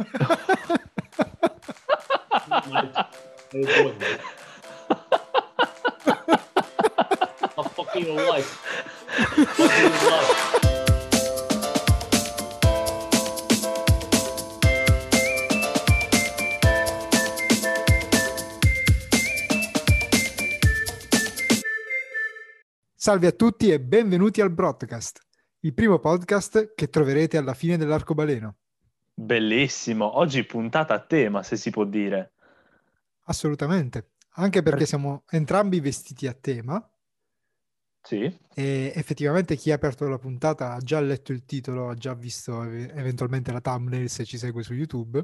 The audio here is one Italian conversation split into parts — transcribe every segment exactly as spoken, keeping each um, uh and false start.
Mate, how you doing, mate? I'm fucking your wife. What do you love? Salve a tutti e benvenuti al Broadcast, il primo podcast che troverete alla fine dell'arcobaleno. Bellissimo, oggi puntata a tema, se si può dire. Assolutamente, anche perché Per- siamo entrambi vestiti a tema Sì, e effettivamente chi ha aperto la puntata ha già letto il titolo, ha già visto ev- eventualmente la thumbnail se ci segue su YouTube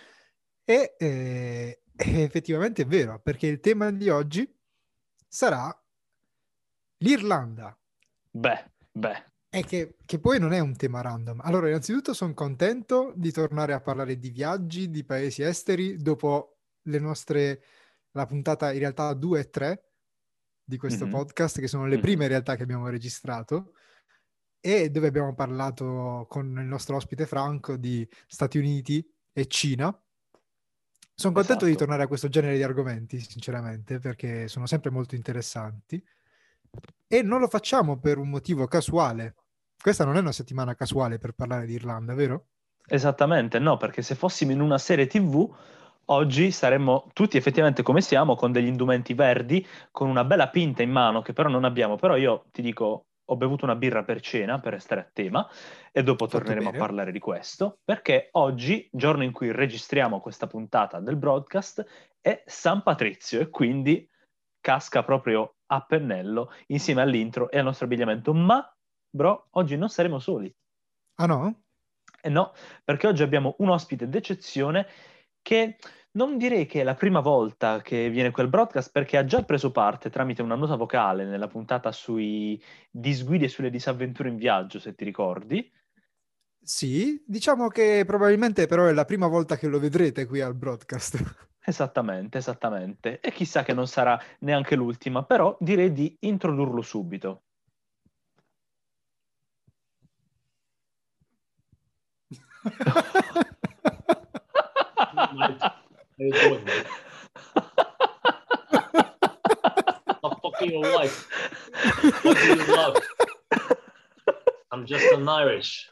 e eh, e effettivamente è vero, perché il tema di oggi sarà l'Irlanda. beh, beh, È che, che poi non è un tema random. Allora, innanzitutto sono contento di tornare a parlare di viaggi, di paesi esteri, dopo le nostre, la puntata in realtà due e tre di questo mhm, podcast, che sono le mhm. prime in realtà che abbiamo registrato, e dove abbiamo parlato con il nostro ospite Franco di Stati Uniti e Cina. Sono contento di Esatto. tornare a questo genere di argomenti, sinceramente, perché sono sempre molto interessanti. E non lo facciamo per un motivo casuale. Questa non è una settimana casuale per parlare di Irlanda, vero? Esattamente, no, perché se fossimo in una serie T V, oggi saremmo tutti effettivamente come siamo, con degli indumenti verdi, con una bella pinta in mano, che però non abbiamo. Però io ti dico, ho bevuto una birra per cena, per restare a tema, e dopo Fatto torneremo a bene. parlare di questo, perché oggi, giorno in cui registriamo questa puntata del broadcast, è San Patrizio, e quindi casca proprio a pennello insieme all'intro e al nostro abbigliamento. Ma, bro, oggi non saremo soli. Ah no? Eh no, perché oggi abbiamo un ospite d'eccezione che non direi che è la prima volta che viene quel broadcast, perché ha già preso parte tramite una nota vocale nella puntata sui disguidi e sulle disavventure in viaggio, se ti ricordi. Sì, diciamo che probabilmente però è la prima volta che lo vedrete qui al broadcast. Esattamente, esattamente. E chissà che non sarà neanche l'ultima, però direi di introdurlo subito. Mate, how you doing, mate? I'm fucking your wife. What do you love? I'm just an Irish.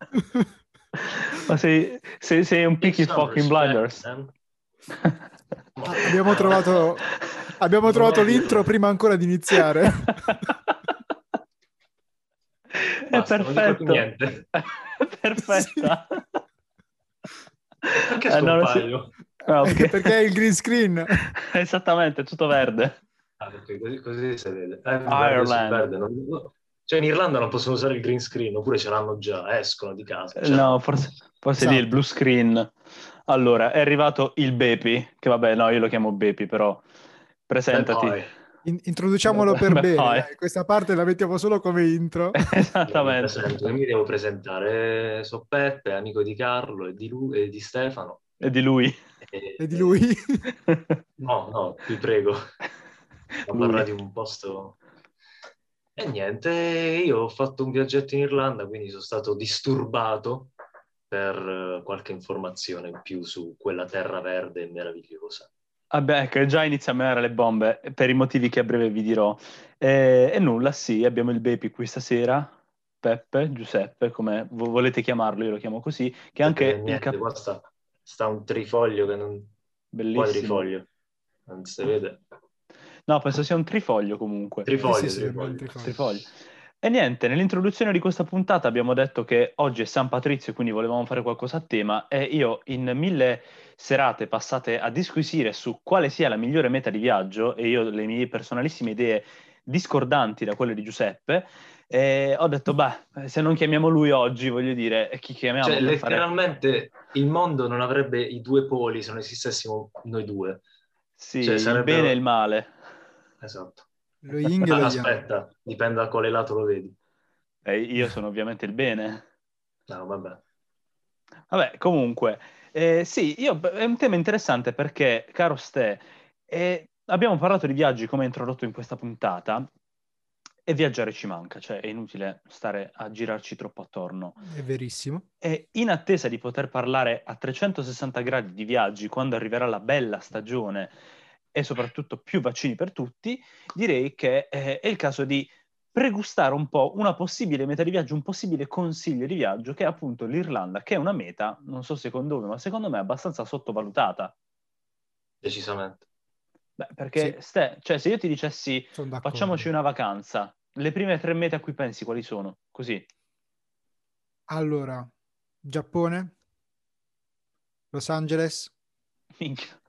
Ma sei, sei, sei un Give Peaky some fucking respect, blinders. man. Ah, abbiamo trovato, abbiamo trovato l'intro prima ancora di iniziare. È Basta, non dico più perfetto. niente. Perfetta. Perché Eh, no, non si- scompaio? Ah, ok. Perché è il green screen. Esattamente, tutto verde. Ah, perché così, così si vede. Eh, verde su Ireland. verde. non- Cioè in Irlanda non possono usare il green screen, oppure ce l'hanno già, escono di casa. Ce No, l'hanno. forse, forse lì è il Esatto. blue screen. Allora, è arrivato il Bepi, che vabbè, no, io lo chiamo Bepi, però Beh, presentati. poi. In- introduciamolo per Beh, bene, poi. dai. Questa parte la mettiamo solo come intro. Allora, mi Esattamente. presento, che mi devo presentare? So Peppe, amico di Carlo e di, lui, e di Stefano. E di lui. E- E di lui. e- No, no, vi prego, a Lui. parlare di un posto. E niente, io ho fatto un viaggetto in Irlanda, quindi sono stato disturbato per eh, qualche informazione in più su quella terra verde e meravigliosa. Vabbè, che già inizia a menare le bombe, per i motivi che a breve vi dirò. E, e nulla, sì, abbiamo il Bepi qui stasera, Peppe, Giuseppe, come vo- volete chiamarlo, io lo chiamo così, che è Sapete anche il niente, cap... qua sta, sta un trifoglio che non. Bellissimo. Quadrifoglio, non si vede. No, penso sia un trifoglio comunque. Sì, sì, Trifoglio, sì, sembra un trifoglio. trifoglio. Trifoglio. E niente, nell'introduzione di questa puntata abbiamo detto che oggi è San Patrizio, quindi volevamo fare qualcosa a tema, e io in mille serate passate a disquisire su quale sia la migliore meta di viaggio, e io le mie personalissime idee discordanti da quelle di Giuseppe, e ho detto, beh, se non chiamiamo lui oggi, voglio dire, chi Cioè, chiamiamo per fare... letteralmente il mondo non avrebbe i due poli se non esistessimo noi due. Sì, Cioè, il bene e il sarebbero. male. Esatto. Lo yin e lo Ah, yang. aspetta, dipende da quale lato lo vedi. E io sono ovviamente il bene. No, vabbè. Vabbè, comunque, eh, sì, io, è un tema interessante perché, caro Ste, eh, abbiamo parlato di viaggi come introdotto in questa puntata e viaggiare ci manca, cioè è inutile stare a girarci troppo attorno. È verissimo. E in attesa di poter parlare a trecentosessanta gradi di viaggi quando arriverà la bella stagione e soprattutto più vaccini per tutti, direi che eh, è il caso di pregustare un po' una possibile meta di viaggio, un possibile consiglio di viaggio, che è appunto l'Irlanda, che è una meta, non so secondo voi, ma secondo me abbastanza sottovalutata. Decisamente. Beh, perché Sì. Ste, cioè, se io ti dicessi Sono d'accordo. facciamoci una vacanza, le prime tre mete a cui pensi quali sono? Così. Allora, Giappone, Los Angeles Minchia.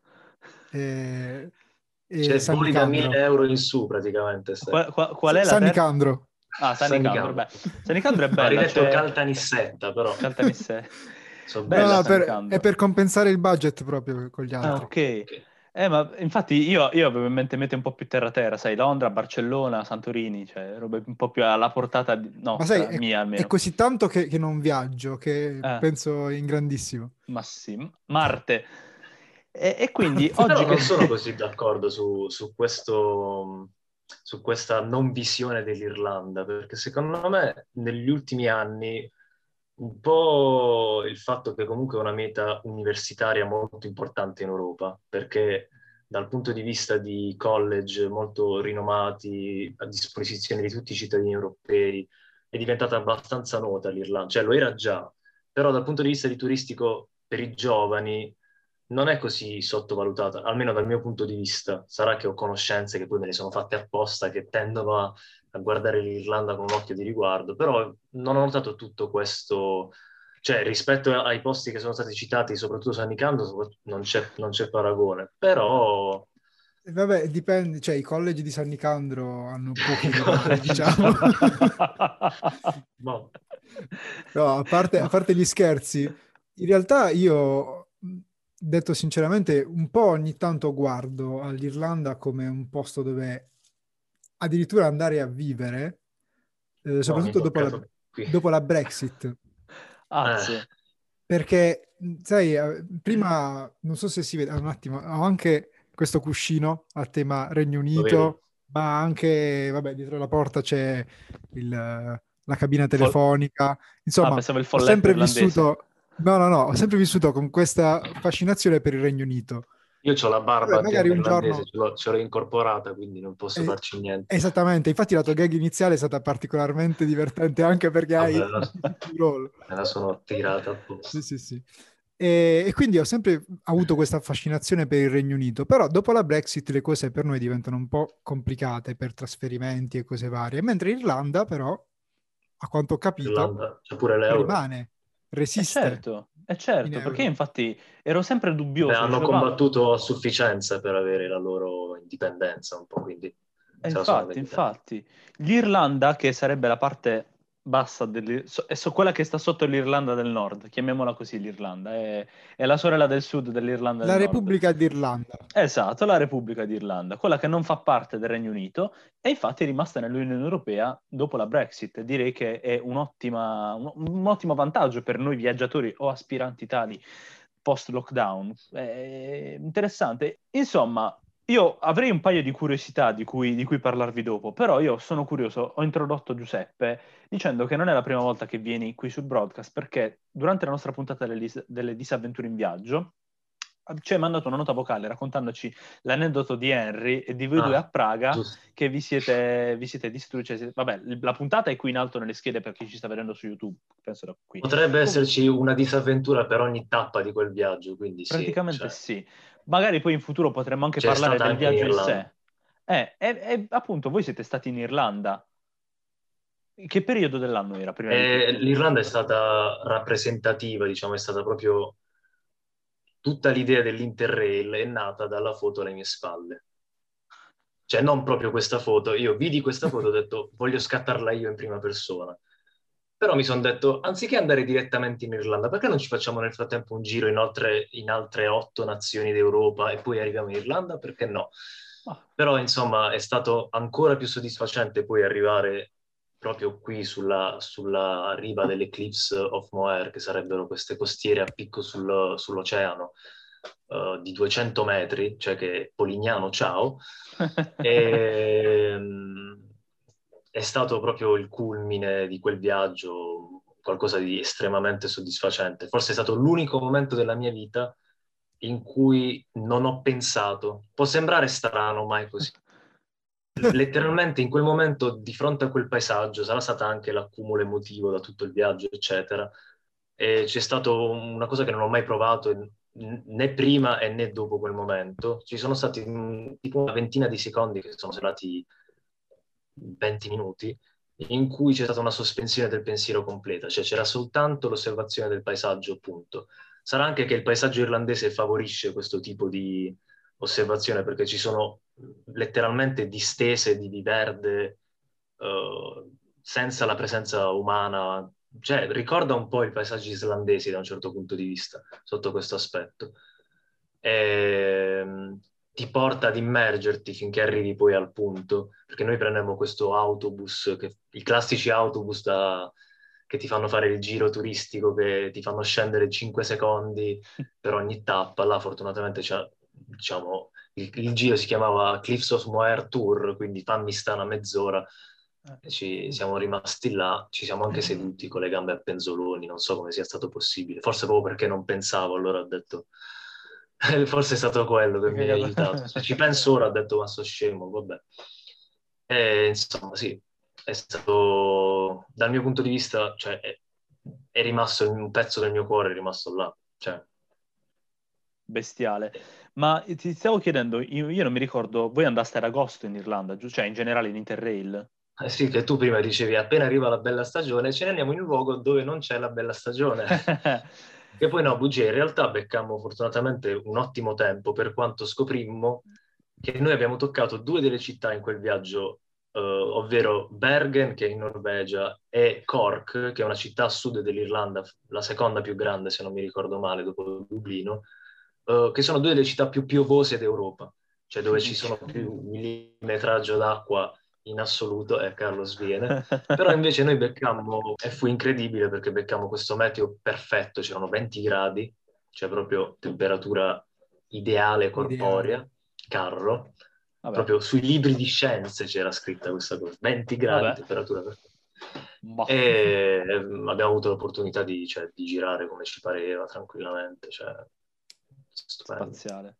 e, e Cioè, San voli da mille Nicandro. euro in su praticamente. stai. Qual, qual- qual è la San terza? Nicandro. Ah, San San Nicandro, Nicandro. beh. San Nicandro è Avrei bella, detto c'è... Caltanissetta, però. Caltanissetta. So No, Bella no, San per- Nicandro. è per compensare il budget proprio con gli Ah, altri. ok. Ok. Eh, ma infatti io, io avevo in mente mete un po' più terra-terra, sai, Londra, Barcellona, Santorini, cioè robe un po' più alla portata di- Ma sai, nostra, è, mia è almeno. così tanto che, che non viaggio, che Eh, penso in grandissimo. ma sì, Marte. E, e quindi oggi Però che... non sono così d'accordo su, su questo, su questa non visione dell'Irlanda, perché secondo me negli ultimi anni un po' il fatto che comunque è una meta universitaria molto importante in Europa, perché dal punto di vista di college molto rinomati a disposizione di tutti i cittadini europei è diventata abbastanza nota l'Irlanda, cioè lo era già, però dal punto di vista di turistico per i giovani non è così sottovalutata, almeno dal mio punto di vista. Sarà che ho conoscenze che poi me le sono fatte apposta, che tendono a, a guardare l'Irlanda con un occhio di riguardo, però non ho notato tutto questo, cioè rispetto ai posti che sono stati citati, soprattutto San Nicandro, non c'è, non c'è paragone, però... E vabbè, dipende, cioè i college di San Nicandro hanno pochi i rivali, college, diciamo. boh. No, a parte, a No. parte gli scherzi, in realtà io, mh, detto sinceramente, un po' ogni tanto guardo all'Irlanda come un posto dove addirittura andare a vivere, eh, No, mi hai soprattutto dopo la, toccato qui. dopo la Brexit. Eh, Azze. Perché, mh, sai, eh, prima, non so se si vede, ah, un attimo, ho anche questo cuscino a tema Regno lo vedo. Unito, ma anche, vabbè, dietro la porta c'è il, la cabina Fol- telefonica. Ah, Insomma, pensavo il ho folletto sempre irlandese. vissuto, no, no, no, ho sempre vissuto con questa fascinazione per il Regno Unito. Io ho la Vabbè, barba a magari tema un irlandese, giorno... ce l'ho, ce l'ho incorporata, quindi non posso eh, farci niente. esattamente, infatti la tua gag iniziale è stata particolarmente divertente anche perché hai Vabbè, il City Roll. me la sono tirata Sì, apposta. sì, sì. E, e quindi ho sempre avuto questa fascinazione per il Regno Unito, però dopo la Brexit le cose per noi diventano un po' complicate per trasferimenti e cose varie, mentre Irlanda però, a quanto ho capito, Irlanda, c'è pure l'euro. rimane, E resiste certo, è in certo, perché io euro. infatti ero sempre Beh, dubbioso, hanno dicevo, ma combattuto a sufficienza per avere la loro indipendenza un po', quindi eh, se la sono infatti, meritata. infatti, l'Irlanda, che sarebbe la parte bassa, dell'Ir- so- è so- quella che sta sotto l'Irlanda del Nord, chiamiamola così l'Irlanda, è, è la sorella del sud dell'Irlanda del La Nord. Repubblica d'Irlanda. Esatto, la Repubblica d'Irlanda, quella che non fa parte del Regno Unito e infatti è rimasta nell'Unione Europea dopo la Brexit. Direi che è un'ottima, un, un ottimo vantaggio per noi viaggiatori o aspiranti tali post-lockdown. È interessante. Insomma, io avrei un paio di curiosità di cui, di cui parlarvi dopo, però io sono curioso, ho introdotto Giuseppe dicendo che non è la prima volta che vieni qui sul broadcast perché durante la nostra puntata delle, dis- delle disavventure in viaggio ci hai mandato una nota vocale raccontandoci l'aneddoto di Henry e di voi due a Ah, Praga giusto. che vi siete, vi siete distrutti. Cioè, siete- vabbè, la puntata è qui in alto nelle schede per chi ci sta vedendo su YouTube, penso da qui. Potrebbe Com- esserci una disavventura per ogni tappa di quel viaggio, quindi sì, praticamente cioè, sì. Magari poi in futuro potremmo anche c'è parlare stata del anche in viaggio in Irlanda. sé. Eh, e, e appunto voi siete stati in Irlanda. Che periodo dell'anno era, prima di E tutto? l'Irlanda è stata rappresentativa, diciamo, è stata proprio tutta l'idea dell'Interrail è nata dalla foto alle mie spalle. Cioè, non proprio questa foto, io vidi questa foto e ho detto voglio scattarla io in prima persona. Però mi sono detto, anziché andare direttamente in Irlanda, perché non ci facciamo nel frattempo un giro in altre, in altre otto nazioni d'Europa e poi arriviamo in Irlanda? Perché no? Ah, Però, insomma, è stato ancora più soddisfacente poi arrivare proprio qui sulla, sulla riva delle Cliffs of Moher, che sarebbero queste costiere a picco sul- sull'oceano, eh, di duecento metri, cioè che Polignano, ciao. E, è stato proprio il culmine di quel viaggio, qualcosa di estremamente soddisfacente. Forse è stato l'unico momento della mia vita in cui non ho pensato. Può sembrare strano, ma è così. Letteralmente in quel momento, di fronte a quel paesaggio, sarà stata anche l'accumulo emotivo da tutto il viaggio, eccetera, e c'è stata una cosa che non ho mai provato né prima e né dopo quel momento. Ci sono stati mh, tipo una ventina di secondi che sono sembrati venti minuti, in cui c'è stata una sospensione del pensiero completa, cioè c'era soltanto l'osservazione del paesaggio, punto. Sarà anche che il paesaggio irlandese favorisce questo tipo di osservazione, perché ci sono letteralmente distese di, di verde uh, senza la presenza umana, cioè ricorda un po' i paesaggi islandesi da un certo punto di vista, sotto questo aspetto. E, ti porta ad immergerti finché arrivi poi al punto, perché noi prendiamo questo autobus, che, i classici autobus da, che ti fanno fare il giro turistico, che ti fanno scendere cinque secondi per ogni tappa. Là fortunatamente c'è, diciamo, il, il giro si chiamava Cliffs of Moher Tour, quindi fammi sta una mezz'ora. E ci siamo rimasti là, ci siamo anche seduti con le gambe a penzoloni, non so come sia stato possibile, forse proprio perché non pensavo, allora ho detto forse è stato quello che mi ha aiutato. Se ci penso ora ho detto ma sto scemo, vabbè. E, insomma sì, è stato, dal mio punto di vista, cioè, è, è rimasto un pezzo del mio cuore, è rimasto là. Cioè. Bestiale. Ma ti stavo chiedendo, io, io non mi ricordo, voi andaste ad agosto in Irlanda, giusto? Cioè in generale in Interrail? Eh sì, che tu prima dicevi appena arriva la bella stagione, ce ne andiamo in un luogo dove non c'è la bella stagione. Che poi no, bugia, in realtà beccammo fortunatamente un ottimo tempo, per quanto scoprimmo che noi abbiamo toccato due delle città in quel viaggio, eh, ovvero Bergen, che è in Norvegia, e Cork, che è una città a sud dell'Irlanda, la seconda più grande, se non mi ricordo male, dopo Dublino, eh, che sono due delle città più piovose d'Europa, cioè dove ci sono più millimetraggio d'acqua in assoluto, è Carlo Sviene. Però invece noi beccammo, e fu incredibile perché beccammo questo meteo perfetto, c'erano venti gradi, cioè proprio temperatura ideale, corporea, Ideale. Carro, Vabbè. proprio sui libri di scienze c'era scritta questa cosa, venti gradi, Vabbè. temperatura perfetta. Boh. E abbiamo avuto l'opportunità di, cioè, di girare come ci pareva, tranquillamente, cioè, stupendo. Spaziale.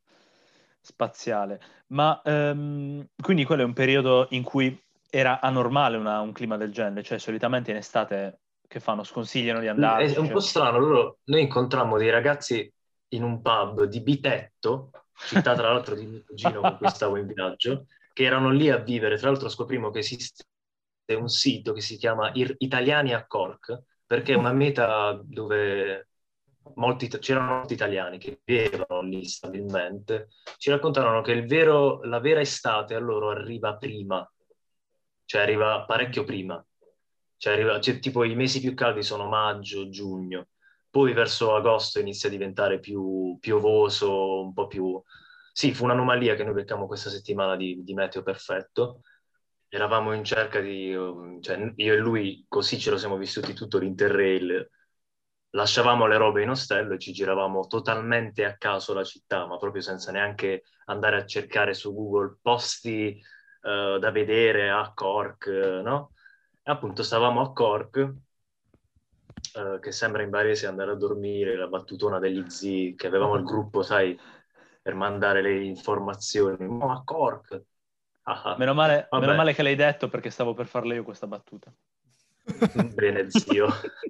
Spaziale. Ma ehm, quindi quello è un periodo in cui era anormale una- un clima del genere, cioè solitamente in estate che fanno? Sconsigliano di È andarci? è un Cioè... po' strano, loro, noi incontrammo dei ragazzi in un pub di Bitetto, città tra l'altro di mio cugino con cui stavo in viaggio, che erano lì a vivere. Tra l'altro scoprimmo che esiste un sito che si chiama Ir- Italiani a Cork, perché è una meta dove molti, c'erano molti italiani che vivevano lì stabilmente. Ci raccontarono che il vero, la vera estate a loro arriva prima, cioè arriva parecchio prima. Cioè, arriva, cioè, tipo i mesi più caldi sono maggio, giugno, poi verso agosto inizia a diventare più piovoso, un po' più... Sì, fu un'anomalia che noi beccammo questa settimana di, di meteo perfetto. Eravamo in cerca di... um, cioè, io e lui così ce lo siamo vissuti tutto l'Interrail. Lasciavamo le robe in ostello e ci giravamo totalmente a caso la città, ma proprio senza neanche andare a cercare su Google posti eh, da vedere a Cork, eh, no? E appunto stavamo a Cork, eh, che sembra in barese andare a dormire, la battutona degli zii, che avevamo il gruppo, sai, per mandare le informazioni. Ma a Cork! Ah, ah. Meno male, meno Vabbè, male che l'hai detto perché stavo per farle io questa battuta. bene zio.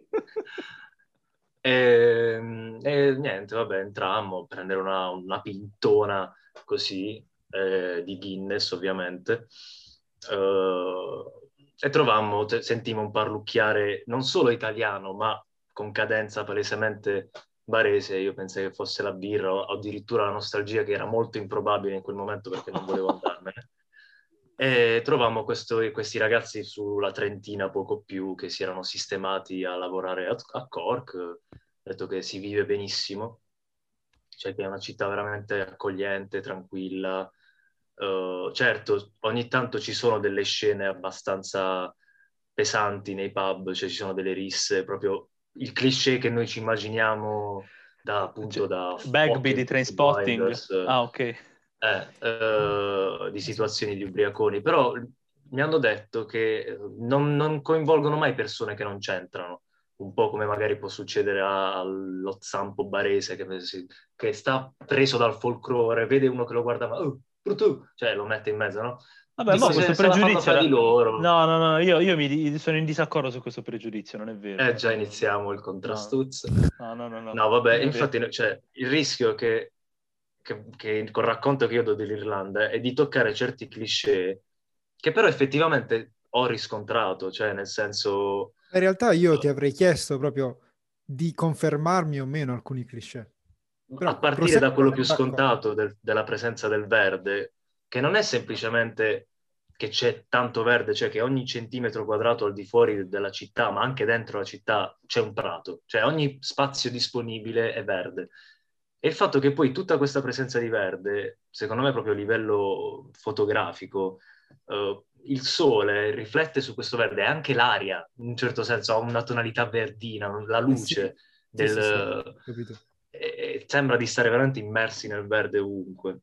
E, e niente, vabbè, entrammo a prendere una, una pintona così, eh, di Guinness ovviamente, eh, e trovammo, te- sentimmo un parlucchiare non solo italiano, ma con cadenza palesemente barese. Io pensai che fosse la birra o addirittura la nostalgia, che era molto improbabile in quel momento perché non volevo andarmene. E trovammo questo- questi ragazzi sulla trentina, poco più, che si erano sistemati a lavorare a, a Cork. Ho detto che si vive benissimo, cioè che è una città veramente accogliente, tranquilla. Uh, certo, ogni tanto ci sono delle scene abbastanza pesanti nei pub, cioè ci sono delle risse, proprio il cliché che noi ci immaginiamo da appunto Cioè, da Bagby di Pocket Trainspotting. Blinders, Ah, ok. eh, eh, di situazioni di ubriaconi, però mi hanno detto che non, non coinvolgono mai persone che non c'entrano, un po' come magari può succedere allo Zampo barese che, si- che sta preso dal folklore, vede uno che lo guarda, ma oh, brutto, cioè lo mette in mezzo, no? Vabbè, mo Dico, questo se, se la fanno pregiudizio fra di era... loro, No, no, no, io, io mi sono in disaccordo su questo pregiudizio, non è vero. eh, già No, iniziamo il no, contrastuzzo. no, no, no, no, No, vabbè, non è vero. infatti, cioè, il rischio che, che, che col racconto che io do dell'Irlanda è di toccare certi cliché che però effettivamente ho riscontrato, cioè nel senso, In realtà io ti avrei chiesto proprio di confermarmi o meno alcuni cliché. a Però partire da proseguo, quello più sono d'accordo. scontato del- della presenza del verde, che non è semplicemente che c'è tanto verde, cioè che ogni centimetro quadrato al di fuori della città, ma anche dentro la città c'è un prato, cioè ogni spazio disponibile è verde. E il fatto che poi tutta questa presenza di verde, secondo me proprio a livello fotografico, eh, il sole riflette su questo verde, e anche l'aria, in un certo senso, ha una tonalità verdina, la Eh sì, luce sì, sì, sì, del... capito. e sembra di stare veramente immersi nel verde ovunque.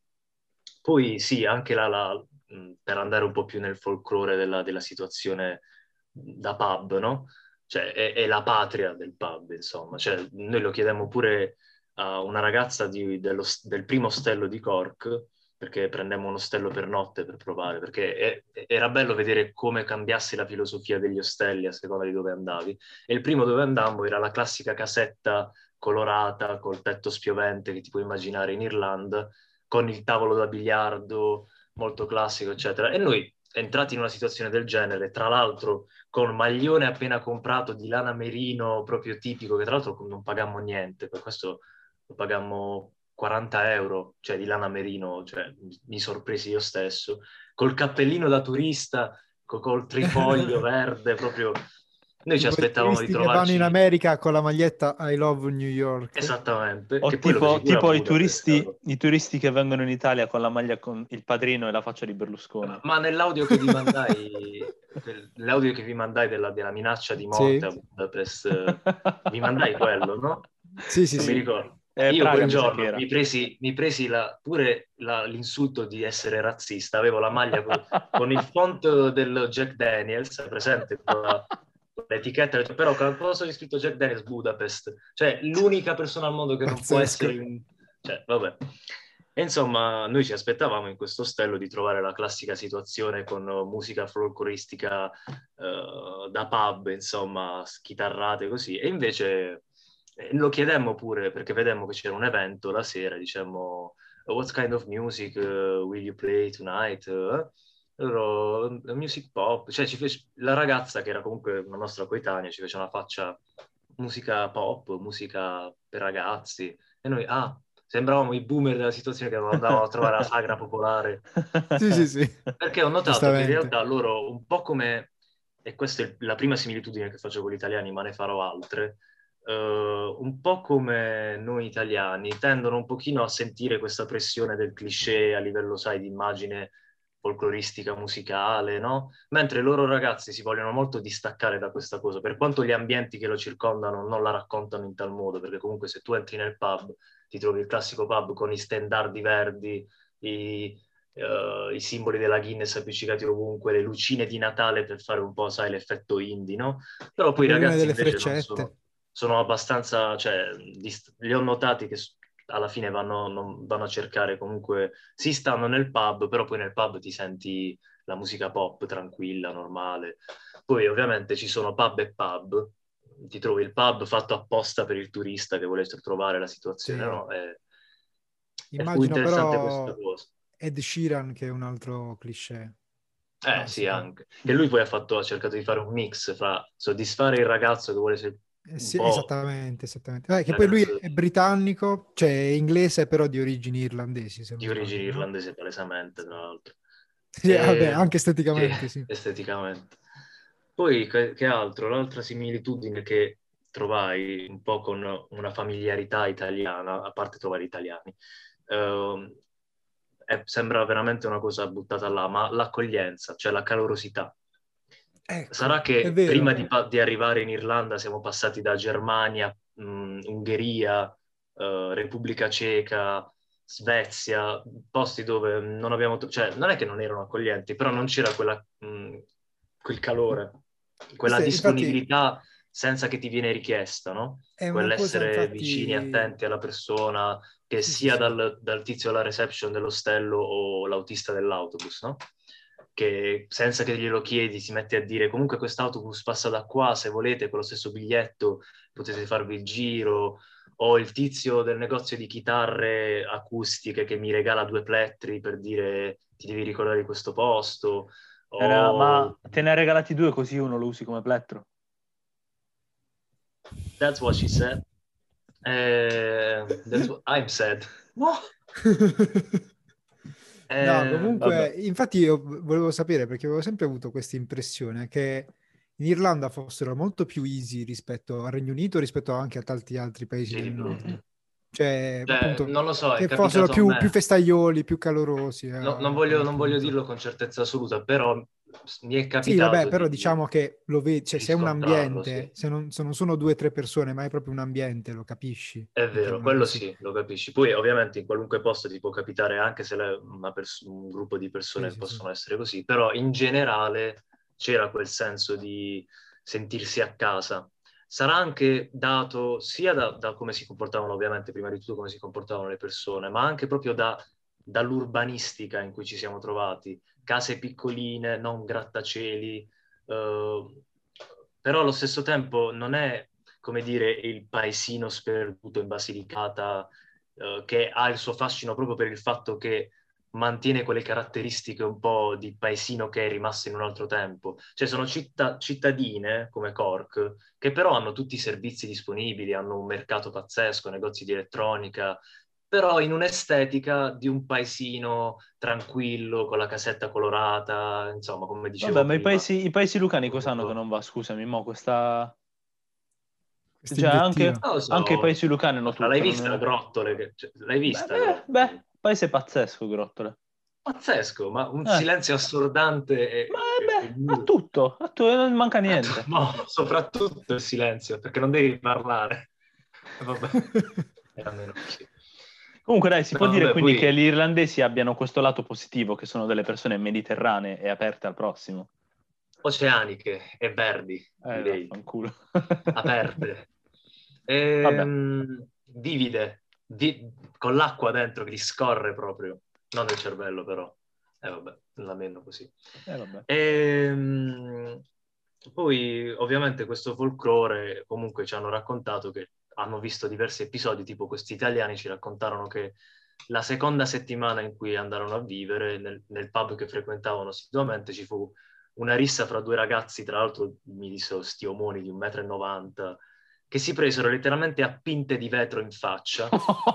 Poi sì, anche la, la- mh, per andare un po' più nel folklore della, della situazione da pub, no? Cioè, è, è la patria del pub, insomma. Cioè, noi lo chiedemmo pure a una ragazza di- dello- del primo ostello di Cork, perché prendemmo un ostello per notte per provare, perché è- era bello vedere come cambiasse la filosofia degli ostelli a seconda di dove andavi. E il primo dove andammo era la classica casetta colorata, col tetto spiovente che ti puoi immaginare in Irlanda, con il tavolo da biliardo molto classico, eccetera. E noi, entrati in una situazione del genere, tra l'altro con maglione appena comprato di lana merino proprio tipico, che tra l'altro non pagammo niente, per questo lo pagammo quaranta euro, cioè di lana merino, cioè mi sorpresi io stesso, col cappellino da turista, co- col trifoglio verde, proprio... Noi ci Tipo i aspettavamo di turisti che vanno in trovarci America con la maglietta I love New York. esattamente, O che poi lo feci tipo, pure a tipo i Budapest, turisti, cavolo. i turisti che vengono in Italia con la maglia con il padrino e la faccia di Berlusconi. Ma nell'audio che vi mandai, nell'audio che vi mandai della, della minaccia di morte Sì, a Budapest, eh, vi mandai quello, no? sì, sì, Non mi sì. ricordo. Eh, Io Praga quel mi sa che giorno era. mi presi, mi presi la- pure la- l'insulto di essere razzista. Avevo la maglia co- con, il font del Jack Daniels, è presente? Con la- con l'etichetta, però con cosa c'è scritto Jack Daniels Budapest. Cioè, l'unica persona al mondo che non può Pazzesco. essere un... Cioè, vabbè. E insomma, noi ci aspettavamo in questo ostello di trovare la classica situazione con eh, musica folcloristica eh, da pub, insomma, chitarrate così. E invece eh, lo chiedemmo pure perché vedemmo che c'era un evento la sera, diciamo, what kind of music uh, will you play tonight? Uh, loro, "Uh, music pop, cioè ci fece, la ragazza che era comunque una nostra coetanea ci fece una faccia musica pop, musica per ragazzi e noi, ah, sembravamo i boomer della situazione che andavano a trovare la sagra popolare. Sì, sì, sì. Perché ho notato che in Giustamente. realtà loro, un po' come, e questa è la prima similitudine che faccio con gli italiani, ma ne farò altre, eh, un po' come noi italiani tendono un pochino a sentire questa pressione del cliché a livello, sai, di immagine folcloristica musicale, no? Mentre i loro ragazzi si vogliono molto distaccare da questa cosa, per quanto gli ambienti che lo circondano non la raccontano in tal modo, perché comunque se tu entri nel pub ti trovi il classico pub con i stendardi verdi, i, uh, i simboli della Guinness appiccicati ovunque, le lucine di Natale per fare un po', sai, l'effetto indie, no? Però Le poi i colline ragazzi delle invece non sono, freccette. sono abbastanza, cioè, dist- li ho notati che alla fine vanno, non, vanno a cercare comunque, si stanno nel pub, però poi nel pub ti senti la musica pop tranquilla, normale. Poi ovviamente ci sono pub e pub, ti trovi il pub fatto apposta per il turista che vuole trovare la situazione, Sì. no? E, e fu Immagino interessante questa però cosa. Ed Sheeran che è un altro cliché Eh sì, classico. anche. Che lui poi ha, fatto, ha cercato di fare un mix fra soddisfare il ragazzo che vuole essere Eh un sì, po' esattamente, esattamente. Eh, che poi lui ragazzo è britannico, cioè è inglese però di origini irlandesi, se non di origini sbaglio, no? irlandese palesemente, tra l'altro. Sì, vabbè, E, anche sì, esteticamente, sì. esteticamente. Poi, che, che altro? L'altra similitudine che trovai un po' con una familiarità italiana, a parte trovare italiani, ehm, è- sembra veramente una cosa buttata là, ma l'accoglienza, cioè la calorosità. Sarà Ecco, è che vero. prima di, pa- di arrivare in Irlanda siamo passati da Germania, mh, Ungheria, eh, Repubblica Ceca, Svezia, posti dove non abbiamo, cioè non è che non erano accoglienti, però non c'era quella, mh, quel calore, quella Questa è- infatti disponibilità senza che ti viene richiesta, no? è una cosa, Quell'essere vicini, infatti, attenti alla persona, che sì, sì, sia sì. dal, dal tizio alla reception dell'ostello o l'autista dell'autobus, no? Che senza che glielo chiedi si mette a dire comunque quest'autobus passa da qua, se volete con lo stesso biglietto potete farvi il giro, o il tizio del negozio di chitarre acustiche che mi regala due plettri per dire ti devi ricordare di questo posto, Era- o ma te ne ha regalati due così uno lo usi come plettro? that's what she said. Eh, that's what I'm said. No! No, Eh, comunque, Vabbè. infatti io volevo sapere, perché avevo sempre avuto questa impressione che in Irlanda fossero molto più easy rispetto al Regno Unito, rispetto anche a tanti altri paesi sì, di del brutto. nord. Cioè, Cioè, appunto, non lo so, è che fossero capitato a più, più me. festaioli, più calorosi, No- non eh, per voglio, non voglio l'appunto. dirlo con certezza assoluta, però mi è Sì, vabbè, capitato però di, diciamo che lo vedi, di cioè se è un riscontrarlo, ambiente, sì. se non, se non sono due o tre persone, ma è proprio un ambiente, lo capisci, È vero, mettiamola quello così. sì, lo capisci. Poi ovviamente in qualunque posto ti può capitare anche se le- una pers- un gruppo di Sì, persone sì, sì. possono essere così, però in generale c'era quel senso di sentirsi a casa. Sarà anche dato sia da, da come si comportavano, ovviamente, prima di tutto come si comportavano le persone, ma anche proprio da- dall'urbanistica in cui ci siamo trovati. Case piccoline, non grattacieli, eh, però allo stesso tempo non è come dire, il paesino sperduto in Basilicata, eh, che ha il suo fascino proprio per il fatto che mantiene quelle caratteristiche un po' di paesino che è rimasto in un altro tempo. Cioè sono città, cittadine come Cork, che però hanno tutti i servizi disponibili, hanno un mercato pazzesco, negozi di elettronica, però in un'estetica di un paesino tranquillo, con la casetta colorata, insomma, come Vabbè, dicevo ma i prima. paesi, i paesi lucani cosa hanno che Molto... non va? Scusami, mo questa... Questa Cioè, anche, invettiva. Non lo anche i so, paesi lucani hanno l'hai tutto. vista Non... Grottole? Che- cioè, l'hai Beh, vista beh, beh, Grottole? paese pazzesco, Grottole. Pazzesco, ma un Eh, silenzio assordante ma e, eh, e, e beh, ha nulla. tutto, ha tu- non manca Ah, tu- niente. no, soprattutto il silenzio, perché non devi parlare. E vabbè, e almeno così. Comunque, dai, si No, può dire vabbè, quindi che poi gli irlandesi abbiano questo lato positivo, che sono delle persone mediterranee e aperte al prossimo. oceaniche e verdi, Eh, direi, vaffanculo. aperte. Vabbè, Ehm, vivide, vi- con l'acqua dentro che ti scorre proprio, non nel cervello però. E vabbè, la meno così. eh, vabbè. Ehm, poi ovviamente questo folklore comunque ci hanno raccontato che hanno visto diversi episodi, tipo questi italiani ci raccontarono che la seconda settimana in cui andarono a vivere nel, nel pub che frequentavano assiduamente ci fu una rissa fra due ragazzi, tra l'altro mi dissero sti omoni di un metro e novanta, che si presero letteralmente a pinte di vetro in faccia.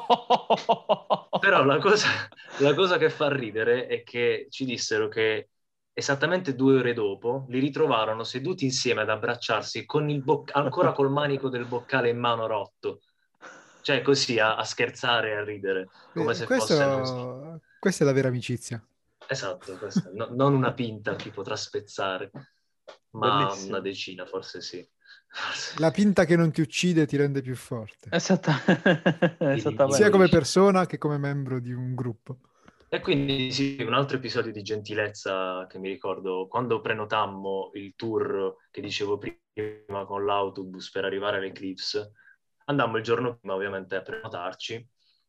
Però la cosa, la cosa che fa ridere è che ci dissero che esattamente due ore dopo li ritrovarono seduti insieme ad abbracciarsi con il boc- ancora col manico del boccale in mano rotto. Cioè così a, a scherzare e a ridere, come Eh, se fosse, non so. questo, questa è la vera amicizia. Esatto, questa, no- non una pinta che potrà spezzare, ma una Bellissimo. decina, forse sì. Forse La pinta che non ti uccide ti rende più forte, Esatta- ti sia come Esattamente. diminuisce. persona che come membro di un gruppo. E quindi sì, un altro episodio di gentilezza che mi ricordo, quando prenotammo il tour che dicevo prima con l'autobus per arrivare alle Cliffs, andammo il giorno prima ovviamente a prenotarci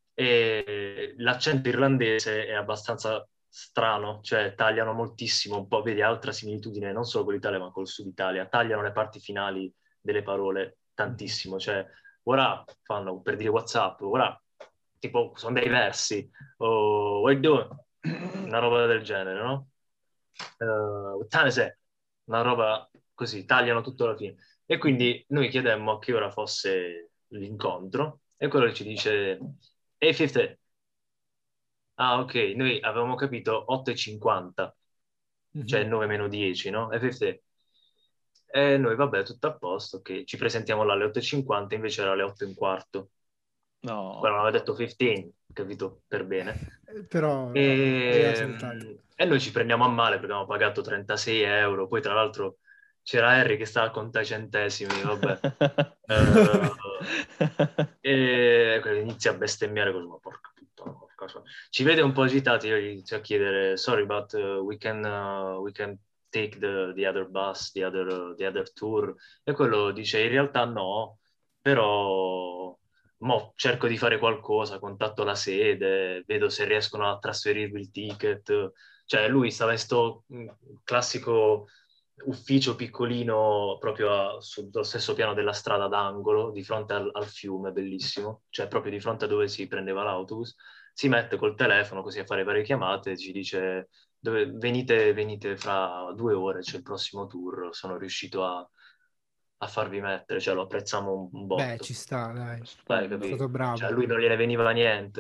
e l'accento irlandese è abbastanza strano, cioè tagliano moltissimo, un po', vedi altra similitudine non solo con l'Italia ma col Sud Italia, tagliano le parti finali delle parole tantissimo, cioè ora fanno per dire WhatsApp, ora tipo sono dei versi, o what you doing? Una roba del genere, no? Uh, what time is it? Una roba così, tagliano tutto alla fine. E quindi noi chiedemmo a che ora fosse l'incontro e quello che ci dice hey cinquanta. Ah, ok, noi avevamo capito otto e cinquanta, cioè Mhm. nove meno dieci, no? E cinquanta. E noi, vabbè, tutto a posto, ok, ci presentiamo là alle otto e cinquanta, invece era alle otto e un quarto. Quello No. aveva detto quindici, capito? Per bene. Eh, Però aveva E, saltato. e noi ci prendiamo a male perché abbiamo pagato trentasei euro. Poi, tra l'altro, c'era Harry che stava a contare i centesimi, vabbè. Eh, e inizia a bestemmiare così, ma porca puttana, porca ci vede un po' agitati, io gli inizio a chiedere, sorry, but uh, we can, uh, we can take the, the other bus, the other, the other tour, e quello dice, in realtà no, però mo cerco di fare qualcosa, contatto la sede, vedo se riescono a trasferirmi il ticket, cioè lui stava in sto classico ufficio piccolino proprio a, sullo stesso piano della strada d'angolo, di fronte al, al fiume, bellissimo, cioè proprio di fronte a dove si prendeva l'autobus, si mette col telefono così a fare varie chiamate, ci dice dove, venite, venite fra due ore, c'è il prossimo tour, sono riuscito a, a farvi mettere, cioè lo apprezziamo un, un botto. Beh, ci sta, dai. Dai, È stato bravo. cioè, a lui non gliene veniva niente,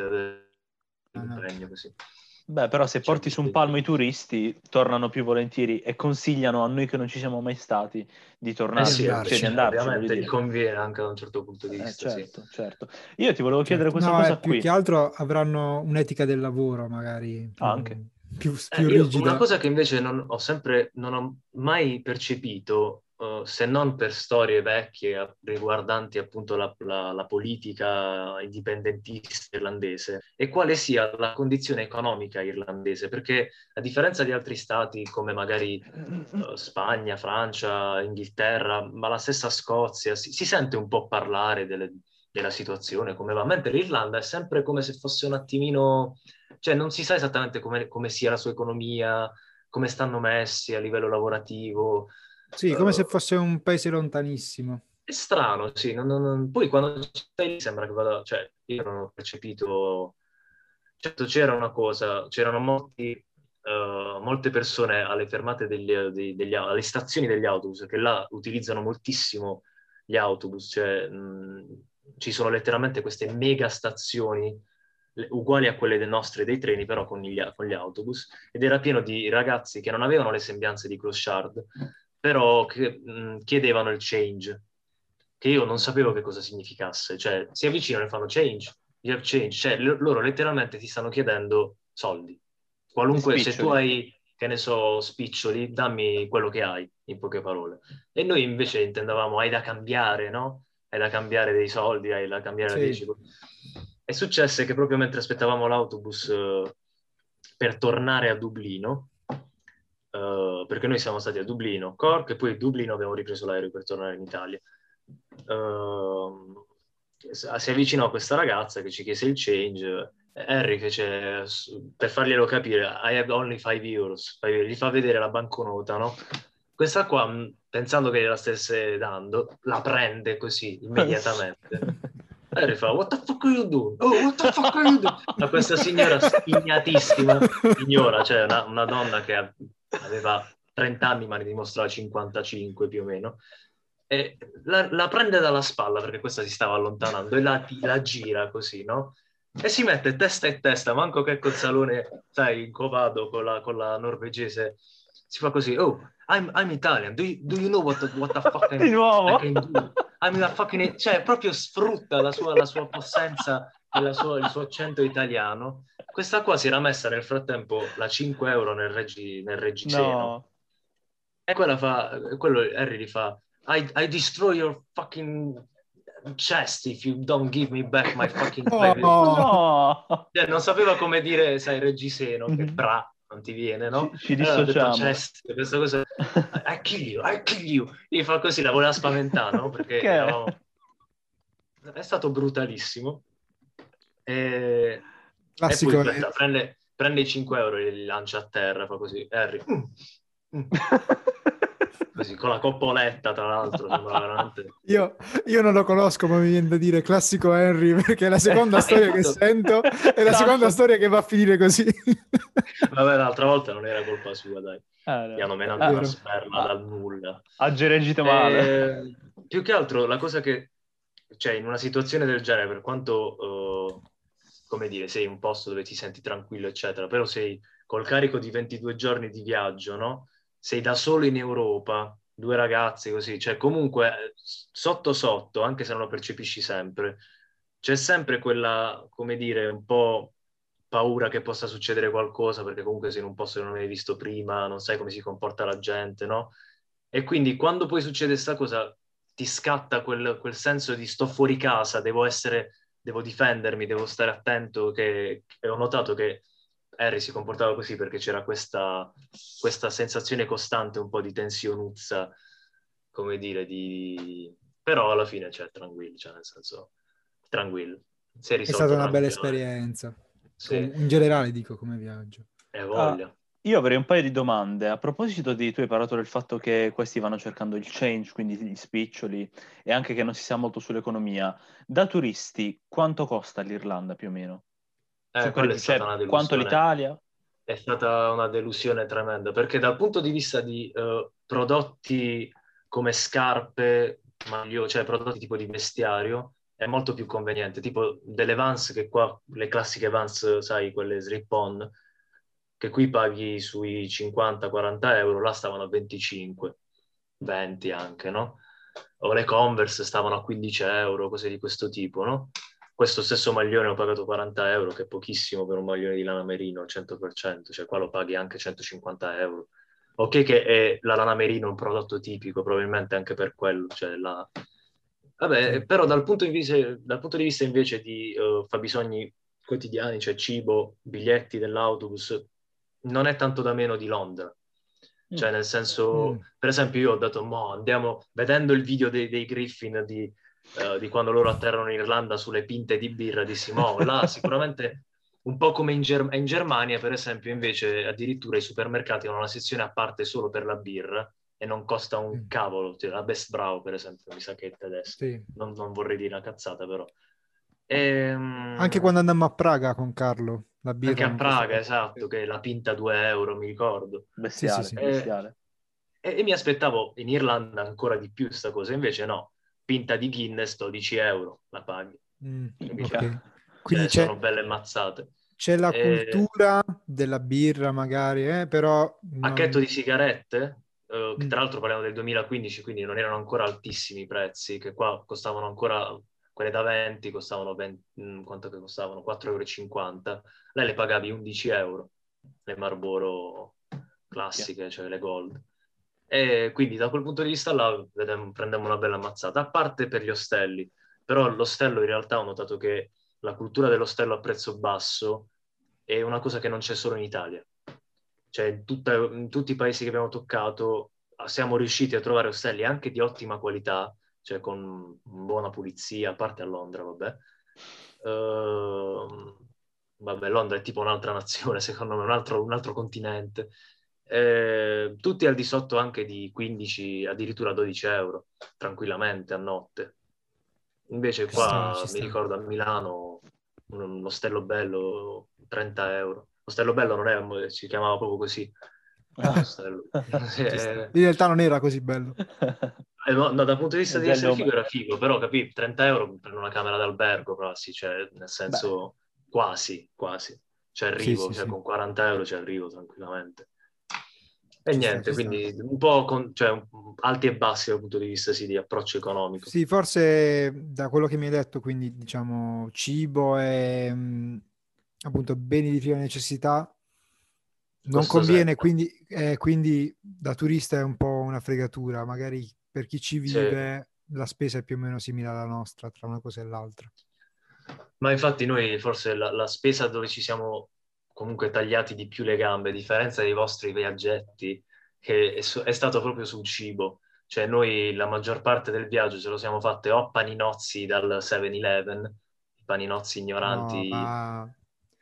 Ah, no. impegno così. Beh, però se porti su un palmo i turisti, tornano più volentieri e consigliano a noi che non ci siamo mai stati di tornare, Eh sì, andarci, cioè di andarci. ovviamente gli dire. conviene anche da un certo punto di Eh, vista. certo, Sì. certo. Io ti volevo chiedere Certo. questa No, cosa eh, più qui. che altro avranno un'etica del lavoro magari più, Anche. più, Eh, più io, rigida. una cosa che invece non ho sempre, non ho mai percepito, uh, se non per storie vecchie a- riguardanti appunto la, la- la politica indipendentista irlandese, è quale sia la condizione economica irlandese, perché a differenza di altri stati come magari uh, Spagna, Francia, Inghilterra, ma la stessa Scozia, si, si sente un po' parlare delle- della situazione, come va, mentre l'Irlanda è sempre come se fosse un attimino, cioè non si sa esattamente come, come sia la sua economia, come stanno messi a livello lavorativo. Sì, come se Uh, fosse un paese lontanissimo. è strano, sì. Non, non- non- Poi quando stai lì sembra che vada, cioè io non ho percepito, certo c'era una cosa, c'erano molti, eh, molte persone alle fermate degli, dei- degli, alle stazioni degli autobus, che là utilizzano moltissimo gli autobus, cioè mh, ci sono letteralmente queste mega stazioni le- uguali a quelle dei nostre dei treni, però con gli, con gli autobus, ed era pieno di ragazzi che non avevano le sembianze di clochard, però che mh, chiedevano il change, che io non sapevo che cosa significasse, cioè si avvicinano e fanno change, you have change, cioè l- loro letteralmente ti stanno chiedendo soldi, qualunque, se tu Spiccioli. hai, che ne so, spiccioli, dammi quello che hai, in poche parole. E noi invece intendavamo, hai da cambiare, no? Hai da cambiare dei soldi, hai da cambiare la Sì. dieci. È successo che proprio mentre aspettavamo l'autobus eh, per tornare a Dublino, eh, perché noi siamo stati a Dublino, Cork, e poi a Dublino abbiamo ripreso l'aereo per tornare in Italia. Uh, si avvicinò questa ragazza che ci chiese il change. Harry fece, per farglielo capire, I have only five euros, gli fa vedere la banconota, no? Questa qua, pensando che gliela stesse dando, la prende così immediatamente. Harry fa, what the fuck are you doing? Oh, what the fuck are you doing? Ma questa signora spignatissima, signora, cioè una, una donna che aveva trenta anni ma ne dimostrava cinquantacinque più o meno, e la, la prende dalla spalla perché questa si stava allontanando e la, la gira così, no? E si mette testa e testa, manco che col salone, sai, incovato con la, con la norvegese, si fa così, oh, I'm, I'm Italian, do you, do you know what the, what the fuck I, Di nuovo? I can do? I'm a fucking... Cioè, proprio sfrutta la sua, la sua possenza e la sua, il suo accento italiano. Questa qua si era messa nel frattempo la cinque euro nel, reggi, nel reggiseno. No. E quella fa, quello Harry gli fa, I, I destroy your fucking chest if you don't give me back my fucking five euros. No. Cioè, non sapeva come dire, sai, reggiseno, che Mhm. bra, non ti viene, no? Ci, ci Allora ha detto dissociamo. chest, questa cosa, I kill you, I kill you. Gli fa così, la voleva spaventare, no? Perché Che? eravamo... È stato brutalissimo. E, e Classico. poi aspetta, prende, prende i cinque euro e li lancia a terra, fa così, Harry. Mm, mm. Così, con la coppoletta, tra l'altro, sembra veramente... Io, io non lo conosco, ma mi viene da dire classico Henry, perché è la seconda storia che sento è la seconda storia che va a finire così. Vabbè, l'altra volta non era colpa sua, dai. Ah, Gli hanno menato Ah, una vero. sperma Ah. dal nulla. Ha geregito male. Eh, più che altro la cosa che, cioè, in una situazione del genere, per quanto, eh, come dire, sei in un posto dove ti senti tranquillo, eccetera, però sei col carico di ventidue giorni di viaggio, no? Sei da solo in Europa, due ragazzi così, cioè comunque sotto sotto, anche se non lo percepisci sempre, c'è sempre quella, come dire, un po' paura che possa succedere qualcosa, perché comunque sei in un posto che non hai visto prima, non sai come si comporta la gente, no? E quindi quando poi succede questa cosa, ti scatta quel, quel senso di sto fuori casa, devo essere devo difendermi, devo stare attento, che e ho notato che Harry si comportava così perché c'era questa, questa sensazione costante, un po' di tensionuzza, come dire, di... però alla fine, cioè, tranquillo, cioè, nel senso, tranquillo. Si è È stata risolto una bella tranquillamente. esperienza. Sì, In generale dico come viaggio. e Ah, voglia. io avrei un paio di domande. A proposito di, tu hai parlato del fatto che questi vanno cercando il change, quindi gli spiccioli, e anche che non si sa molto sull'economia. Da turisti, quanto costa l'Irlanda più o meno? Eh, Su per quella è giù, stata cioè, una quanto delusione. l'Italia? È stata una delusione tremenda, perché dal punto di vista di eh, prodotti come scarpe, maglio, cioè prodotti tipo di vestiario, è molto più conveniente. Tipo delle Vans, che qua, le classiche Vans, sai, quelle slip-on, che qui paghi sui cinquanta quaranta euro, là stavano a venticinque, venti anche, no? O le Converse stavano a quindici euro, cose di questo tipo, no? Questo stesso maglione ho pagato quaranta euro, che è pochissimo per un maglione di lana merino al cento per cento, cioè qua lo paghi anche centocinquanta euro. Ok che è la lana merino un prodotto tipico, probabilmente anche per quello, cioè la... Vabbè, Sì. però dal punto di vista, dal punto di vista invece di uh, fabbisogni quotidiani, cioè cibo, biglietti dell'autobus, non è tanto da meno di Londra. Mm. Cioè, nel senso, Mm. per esempio, io ho detto, mo, andiamo, vedendo il video dei, dei Griffin di, uh, di quando loro atterrano in Irlanda sulle pinte di birra, dissi, mo, là sicuramente un po' come in, Ger- in Germania, per esempio, invece addirittura i supermercati hanno una sezione a parte solo per la birra e non costa un Mm. cavolo. Cioè, la Best Brau, per esempio, mi sa che è tedesca. Sì. Non, non vorrei dire una cazzata, però. Ehm, Anche quando andammo a Praga con Carlo, la Anche birra a non Praga, costava. esatto, che la pinta due euro, mi ricordo. Sì, sì, Bestiale, sì. E, bestiale. e- e mi aspettavo in Irlanda ancora di più sta cosa, invece no, pinta di Guinness dodici euro la paghi, Mm, capito? ok. Minchia. Quindi Cioè c'è, sono belle mazzate. c'è la E, cultura della birra magari, eh, però pacchetto non... di sigarette, eh, che Mm, tra l'altro parliamo del duemilaquindici, quindi non erano ancora altissimi i prezzi, che qua costavano ancora, quelle da venti costavano venti, mm, quanto che costavano? quattro euro e cinquanta. Lei le pagavi undici euro, le Marlboro Minchia. classiche, cioè le Gold. E quindi da quel punto di vista là vedem- prendiamo una bella mazzata, a parte per gli ostelli. Però l'ostello in realtà ho notato che la cultura dell'ostello a prezzo basso è una cosa che non c'è solo in Italia. Cioè in, tutta- in tutti i paesi che abbiamo toccato siamo riusciti a trovare ostelli anche di ottima qualità, cioè con buona pulizia, a parte a Londra, vabbè. Ehm, vabbè, Londra è tipo un'altra nazione, secondo me, un altro, un altro continente. Eh, tutti al di sotto anche di quindici, addirittura dodici euro, tranquillamente a notte. Invece ci sta, qua ci mi sta. ricordo a Milano un, un ostello bello trenta euro. Ostello bello non è, si chiamava proprio così. Ostello. Ci sta. Eh, In realtà non era così bello. eh, no, no, dal punto di vista di Già il essere figo nome. era figo, però capì, trenta euro per una camera d'albergo quasi, cioè nel Beh, senso quasi, quasi. Ci Sì, arrivo, sì, cioè sì. con quaranta euro ci arrivo tranquillamente. E Ci sta, niente, ci sta. quindi un po' con, cioè, un- alti e bassi dal punto di vista sì, di approccio economico. Sì, forse da quello che mi hai detto, quindi diciamo cibo e mh, appunto beni di prima necessità, non Costo conviene, zero. quindi, eh, quindi da turista è un po' una fregatura, magari per chi ci Sì. vive la spesa è più o meno simile alla nostra tra una cosa e l'altra. Ma infatti noi forse la, la spesa dove ci siamo comunque tagliati di più le gambe, a differenza dei vostri viaggetti, che è, su- è stato proprio sul cibo. Cioè noi la maggior parte del viaggio ce lo siamo fatte o a paninozzi dal seven eleven, paninozzi No, ignoranti, ma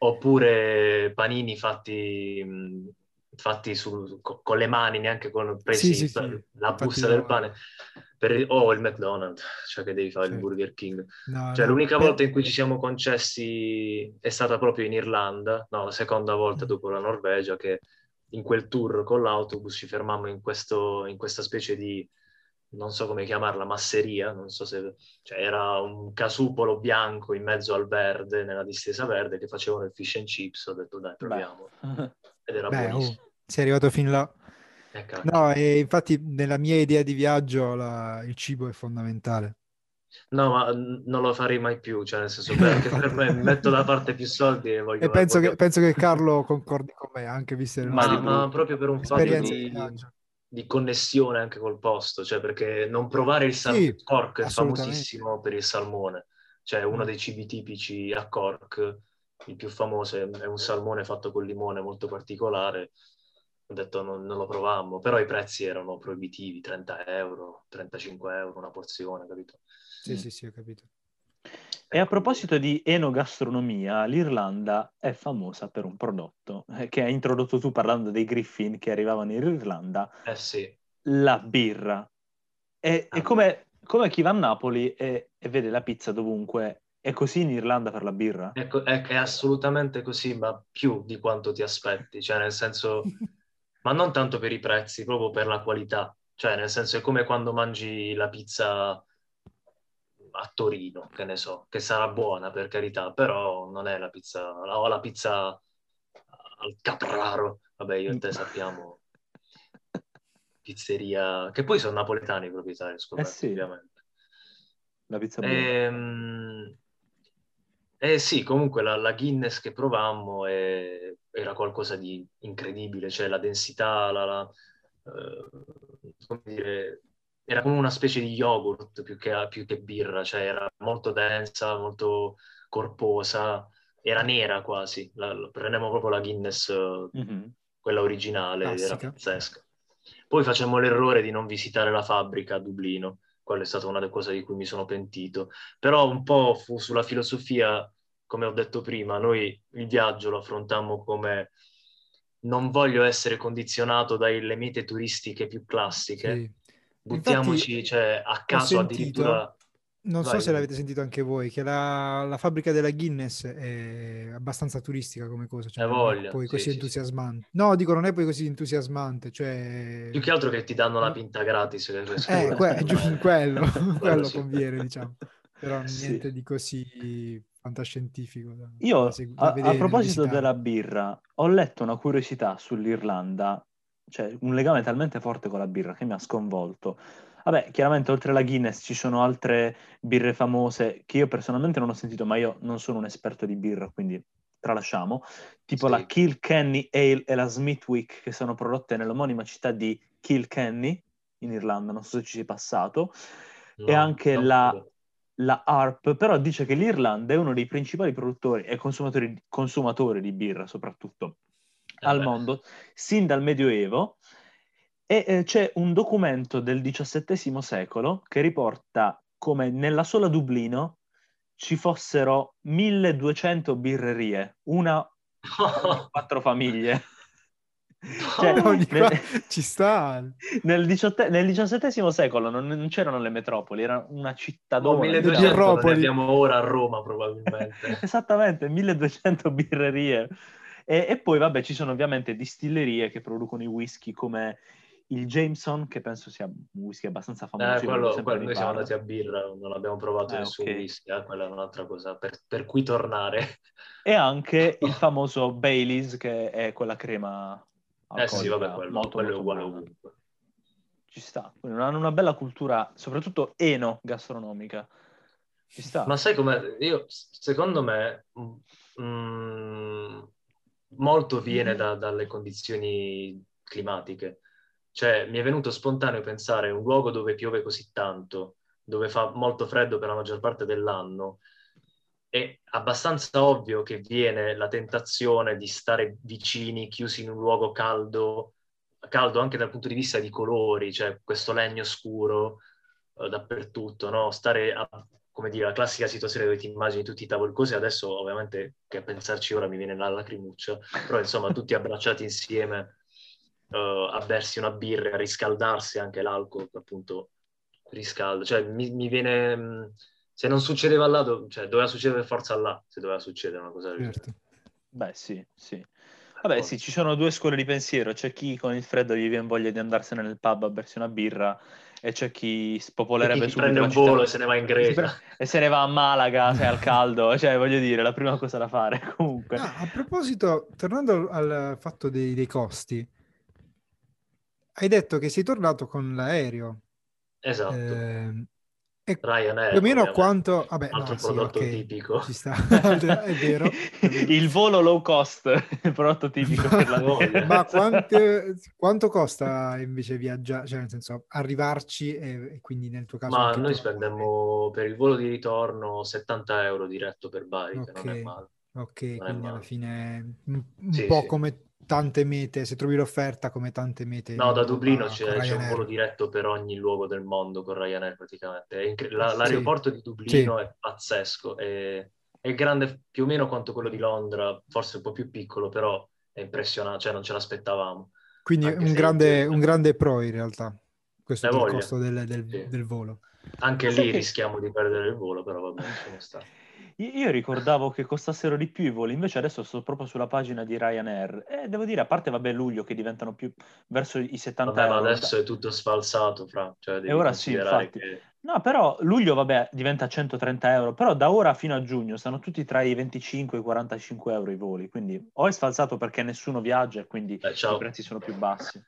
oppure panini fatti, mh, fatti su- co- con le mani, neanche con sì, sì, presi sì, la fatti busta da del mano. pane, per- o il McDonald's, cioè che devi fare il Sì. Burger King. No, Cioè, no, l'unica per- volta in cui ci siamo concessi è stata proprio in Irlanda, no, la seconda volta Mm. dopo la Norvegia, che in quel tour con l'autobus ci fermammo in, questo, in questa specie di, non so come chiamarla, masseria, non so se... Cioè, era un casupolo bianco in mezzo al verde, nella distesa verde, che facevano il fish and chips. Ho detto, dai, beh. proviamo. Ed era Beh, oh, buonissimo. sei arrivato fin là. E cacchio. No, e infatti nella mia idea di viaggio la- il cibo è fondamentale. No, ma n- non lo farei mai più, cioè nel senso per- anche per Infatti. me mi metto da parte più soldi e E voglio, penso che, voglio... penso che Carlo concordi con me, anche viste le Ma di Ma, nostre ma brutto, proprio per un ma di fatto esperienze di brutto. di, viaggio. di connessione anche col posto, cioè perché non provare il sal- Sì, il pork è assolutamente. famosissimo per il salmone, C'è uno Mm. dei cibi tipici a Cork, il più famoso, è è un salmone fatto con limone molto particolare. Ho detto non, non lo provammo, però i prezzi erano proibitivi, trenta euro, trentacinque euro una porzione, capito? Sì, Mm. sì, sì, ho capito. E a quindi- proposito di enogastronomia, l'Irlanda è famosa per un prodotto eh, che hai introdotto tu parlando dei Griffin che arrivavano in Irlanda, Eh sì, la birra. E, e ah, come, come chi va a Napoli e, e vede la pizza dovunque, è così in Irlanda per la birra? ecco, è, è assolutamente così, ma più di quanto ti aspetti, cioè nel senso, ma non tanto per i prezzi, proprio per la qualità, cioè nel senso è come quando mangi la pizza a Torino, che ne so, che sarà buona per carità, però non è la pizza, o la pizza al Capraro, vabbè io e te sappiamo, pizzeria, che poi sono napoletani i proprietari, ho Eh scoperto sì, ovviamente. la pizza buona. Ehm, Eh sì, comunque la, la Guinness che provammo è- era qualcosa di incredibile, cioè la densità, la, la, eh, come dire, era come una specie di yogurt più che, più che birra, cioè era molto densa, molto corposa, era nera quasi. La, la- prendiamo proprio la Guinness, eh, Mhm. quella originale, era Classica. pazzesca. Poi facemmo l'errore di non visitare la fabbrica a Dublino, quella è stata una delle cose di cui mi sono pentito, però un po' fu sulla filosofia, come ho detto prima, noi il viaggio lo affrontammo come non voglio essere condizionato dalle mete turistiche più classiche, Sì. Infatti buttiamoci, cioè, a ho caso sentito, addirittura... non so Vai, se dimmi. l'avete sentito anche voi, che la, la fabbrica della Guinness è abbastanza turistica come cosa, cioè Hai non è voglia, poi sì, così sì, sì. entusiasmante. No, dico, non è poi così entusiasmante, cioè... Più che altro che ti danno la pinta gratis, che Eh, quello que- è secondo giusto me, in quello, quello quello sì. conviene, diciamo, però Sì. niente di così fantascientifico da, da Io, segu- da a, a vedere, da proposito visitare. della birra, ho letto una curiosità sull'Irlanda, cioè un legame talmente forte con la birra che mi ha sconvolto. Vabbè, chiaramente oltre alla Guinness ci sono altre birre famose che io personalmente non ho sentito, ma io non sono un esperto di birra, quindi tralasciamo, tipo la Sì. Kilkenny Ale e la Smithwick, che sono prodotte nell'omonima città di Kilkenny, in Irlanda, non so se ci sei passato, e No, anche non la credo. la Harp, però dice che l'Irlanda è uno dei principali produttori e consumatori, consumatori di birra, soprattutto Eh al beh. mondo, sin dal Medioevo. E eh, c'è un documento del diciassettesimo secolo che riporta come nella sola Dublino ci fossero milleduecento birrerie, una ogni quattro famiglie. Cioè, No. Ogni ne- qua ci sta, nel, diciotte- nel diciassettesimo secolo non, non c'erano le metropoli, era una No, cittadona, le diciamo. milleduecento ne birropoli. abbiamo ora a Roma probabilmente. Esattamente, milleduecento birrerie. E, e poi, vabbè, ci sono ovviamente distillerie che producono i whisky come il Jameson, che penso sia un whisky abbastanza Eh, famoso, io lo vedo quello, sempre quello- nei noi siamo bar. andati a birra, non abbiamo provato Eh, nessun ok. whisky, eh, quella è un'altra cosa per, per cui tornare. E anche il famoso Baileys, che è quella crema Eh sì, vabbè, alcolica quello, molto quello è molto uguale buona. ovunque. Ci sta. Quindi hanno una bella cultura, soprattutto eno-gastronomica. Ci sta. Ma sai com'è? Io, secondo me, mm, molto viene da- dalle condizioni climatiche. Cioè, mi è venuto spontaneo pensare un luogo dove piove così tanto, dove fa molto freddo per la maggior parte dell'anno, è abbastanza ovvio che viene la tentazione di stare vicini, chiusi in un luogo caldo, caldo anche dal punto di vista di colori, cioè questo legno scuro eh, dappertutto, no? Stare a, come dire, la classica situazione dove ti immagini tutti i tavoli così, adesso ovviamente che a pensarci ora mi viene la lacrimuccia, però insomma tutti abbracciati insieme eh, a bersi una birra, a riscaldarsi anche l'alcol, appunto riscalda, cioè mi, mi viene... Mh, se non succedeva là, do- cioè doveva succedere per forza là, se doveva succedere una cosa del genere. Certo. Beh, sì, sì. Per Vabbè, sì, forza. ci sono due scuole di pensiero. C'è chi con il freddo gli viene voglia di andarsene nel pub a bersi una birra e c'è chi E spopolerebbe chi subito prende la un città volo e se ne va in e, si pre- Grecia. e se ne va a Malaga, se è al caldo. Cioè, voglio dire, la prima cosa da fare, comunque. Ah, a proposito, tornando al, al fatto dei, dei costi, hai detto che sei tornato con l'aereo. Esatto. Ehm, E Ryanair, più o meno ovviamente, quanto... Vabbè, altro no, sì, prodotto ok, tipico. ci sta, è vero, è vero. Il volo low cost, il prodotto tipico Ma, irlandese. ma quante- quanto costa invece viaggiare, cioè nel senso arrivarci e, e quindi nel tuo caso Ma anche noi tornare? spendemmo per il volo di ritorno settanta euro diretto per Bari, che non è Ok, male. ok, Non è quindi alla male. fine un, un Sì, po' sì. come tante mete, se trovi l'offerta come tante mete in No, da Dublino Europa con c'è, c'è un volo Ryanair. diretto per ogni luogo del mondo con Ryanair praticamente. È incre- la- Sì, l'aeroporto di sì, Dublino è pazzesco, è, è grande più o meno quanto quello di Londra, forse un po' più piccolo, però è impressionante, cioè non ce l'aspettavamo, quindi anche un se in teoria grande, un grande pro in realtà, questo hai del voglia. costo del, del- Sì. del volo. Anche Sai lì che rischiamo di perdere il volo, però vabbè, lasciamo stare. io io ricordavo che costassero di più i voli, invece adesso sto proprio sulla pagina di Ryanair e devo dire, a parte vabbè luglio che diventano più verso i Vabbè, settanta ma euro, da- adesso è tutto sfalsato, Fra, cioè e devi ora sì, considerare infatti. che No, però luglio, vabbè, diventa centotrenta euro, però da ora fino a giugno stanno tutti tra i venticinque e i quarantacinque euro i voli, quindi o è sfalsato perché nessuno viaggia e quindi eh, i ciao. prezzi sono più bassi.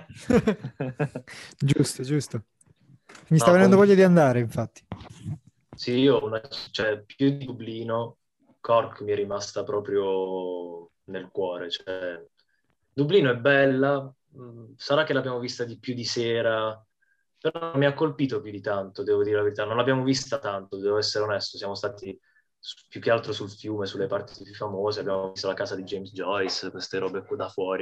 Giusto, giusto. Mi sta No, venendo voglia di comunque, andare, infatti. sì, io ho una- cioè, più di Dublino, Cork mi è rimasta proprio nel cuore. Cioè, Dublino è bella, mh, sarà che l'abbiamo vista di più di sera, però non mi ha colpito più di tanto, devo dire la verità. Non l'abbiamo vista tanto, devo essere onesto. Siamo stati su- più che altro sul fiume, sulle parti più famose. Abbiamo visto la casa di James Joyce, queste robe qua da fuori.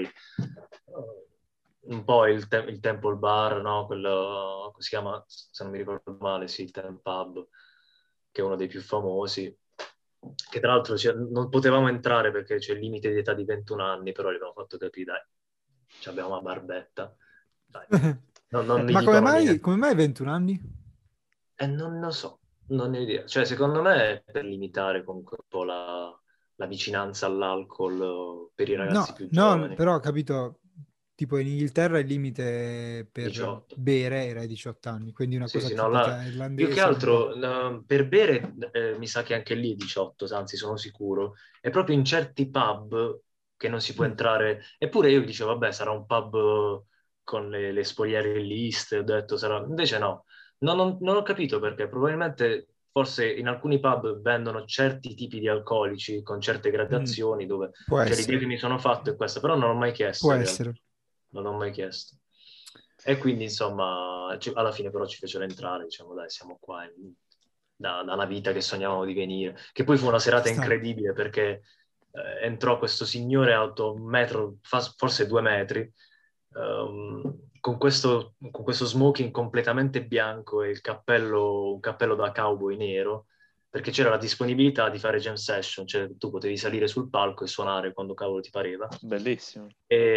Uh, un po' il, te- il Temple Bar, no? Quello, come si chiama, se non mi ricordo male, sì, il Temple Pub, che è uno dei più famosi. Che tra l'altro cioè, non potevamo entrare perché c'è il limite di età di ventuno anni, però gli abbiamo fatto capire, dai, ci abbiamo una barbetta, dai, non, non mi Ma come dicono mai, niente. come mai ventuno anni? E non lo so, non ne ho idea. Cioè, secondo me è per limitare comunque un po' la, la vicinanza all'alcol eh, per i ragazzi No, più no, giovani. però ho capito, tipo in Inghilterra il limite per diciotto. bere era i diciotto anni, quindi una Sì, cosa sì, no, là, tipica più che irlandese un po'. altro no, per bere eh, mi sa che anche lì è diciotto, anzi sono sicuro. È proprio in certi pub che non si può Mm, entrare. Eppure io dicevo, vabbè, sarà un pub eh, con le, le spogliarelliste, ho detto, sarà... Invece no, non, non- non ho capito perché, probabilmente forse in alcuni pub vendono certi tipi di alcolici con certe mm, gradazioni dove... può Cioè l'idea essere, che mi sono fatto è questa, però non ho mai può chiesto in realtà, essere. non ho mai chiesto. E quindi, insomma, ci- alla fine però ci fecero entrare, diciamo, dai, siamo qua in- da, da una vita che sognavamo di venire. Che poi fu una Ci serata sta. incredibile perché eh, entrò questo signore alto un metro, fa- forse due metri, ehm, con questo, con questo smoking completamente bianco e il cappello, un cappello da cowboy nero, perché c'era la disponibilità di fare jam session, cioè tu potevi salire sul palco e suonare quando cavolo ti pareva. Bellissimo.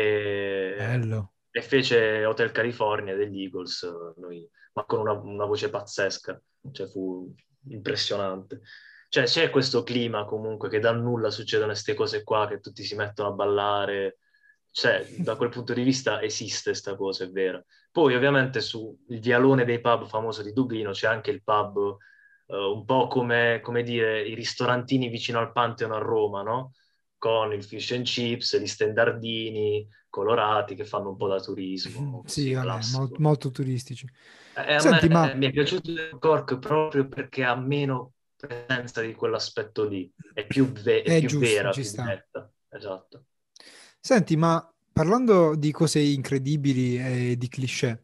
E, Bello. e fece Hotel California degli Eagles, noi- ma con una, una voce pazzesca, cioè fu impressionante. Cioè c'è questo clima comunque che dal nulla succedono queste cose qua, che tutti si mettono a ballare, cioè da quel punto di vista esiste sta cosa, è vera. Poi ovviamente sul vialone dei pub famoso di Dublino c'è anche il pub, eh, un po' come, come dire, i ristorantini vicino al Pantheon a Roma, no? Con il fish and chips, gli stendardini colorati che fanno un po' da turismo, Sì, così vabbè, mol- classico. molto turistici. E a Senti, ma me mi è piaciuto il Cork proprio perché ha meno presenza di quell'aspetto lì, è più, ve- è è più giusto, vera, ci più sta. diretta. Esatto. Senti, ma parlando di cose incredibili e di cliché,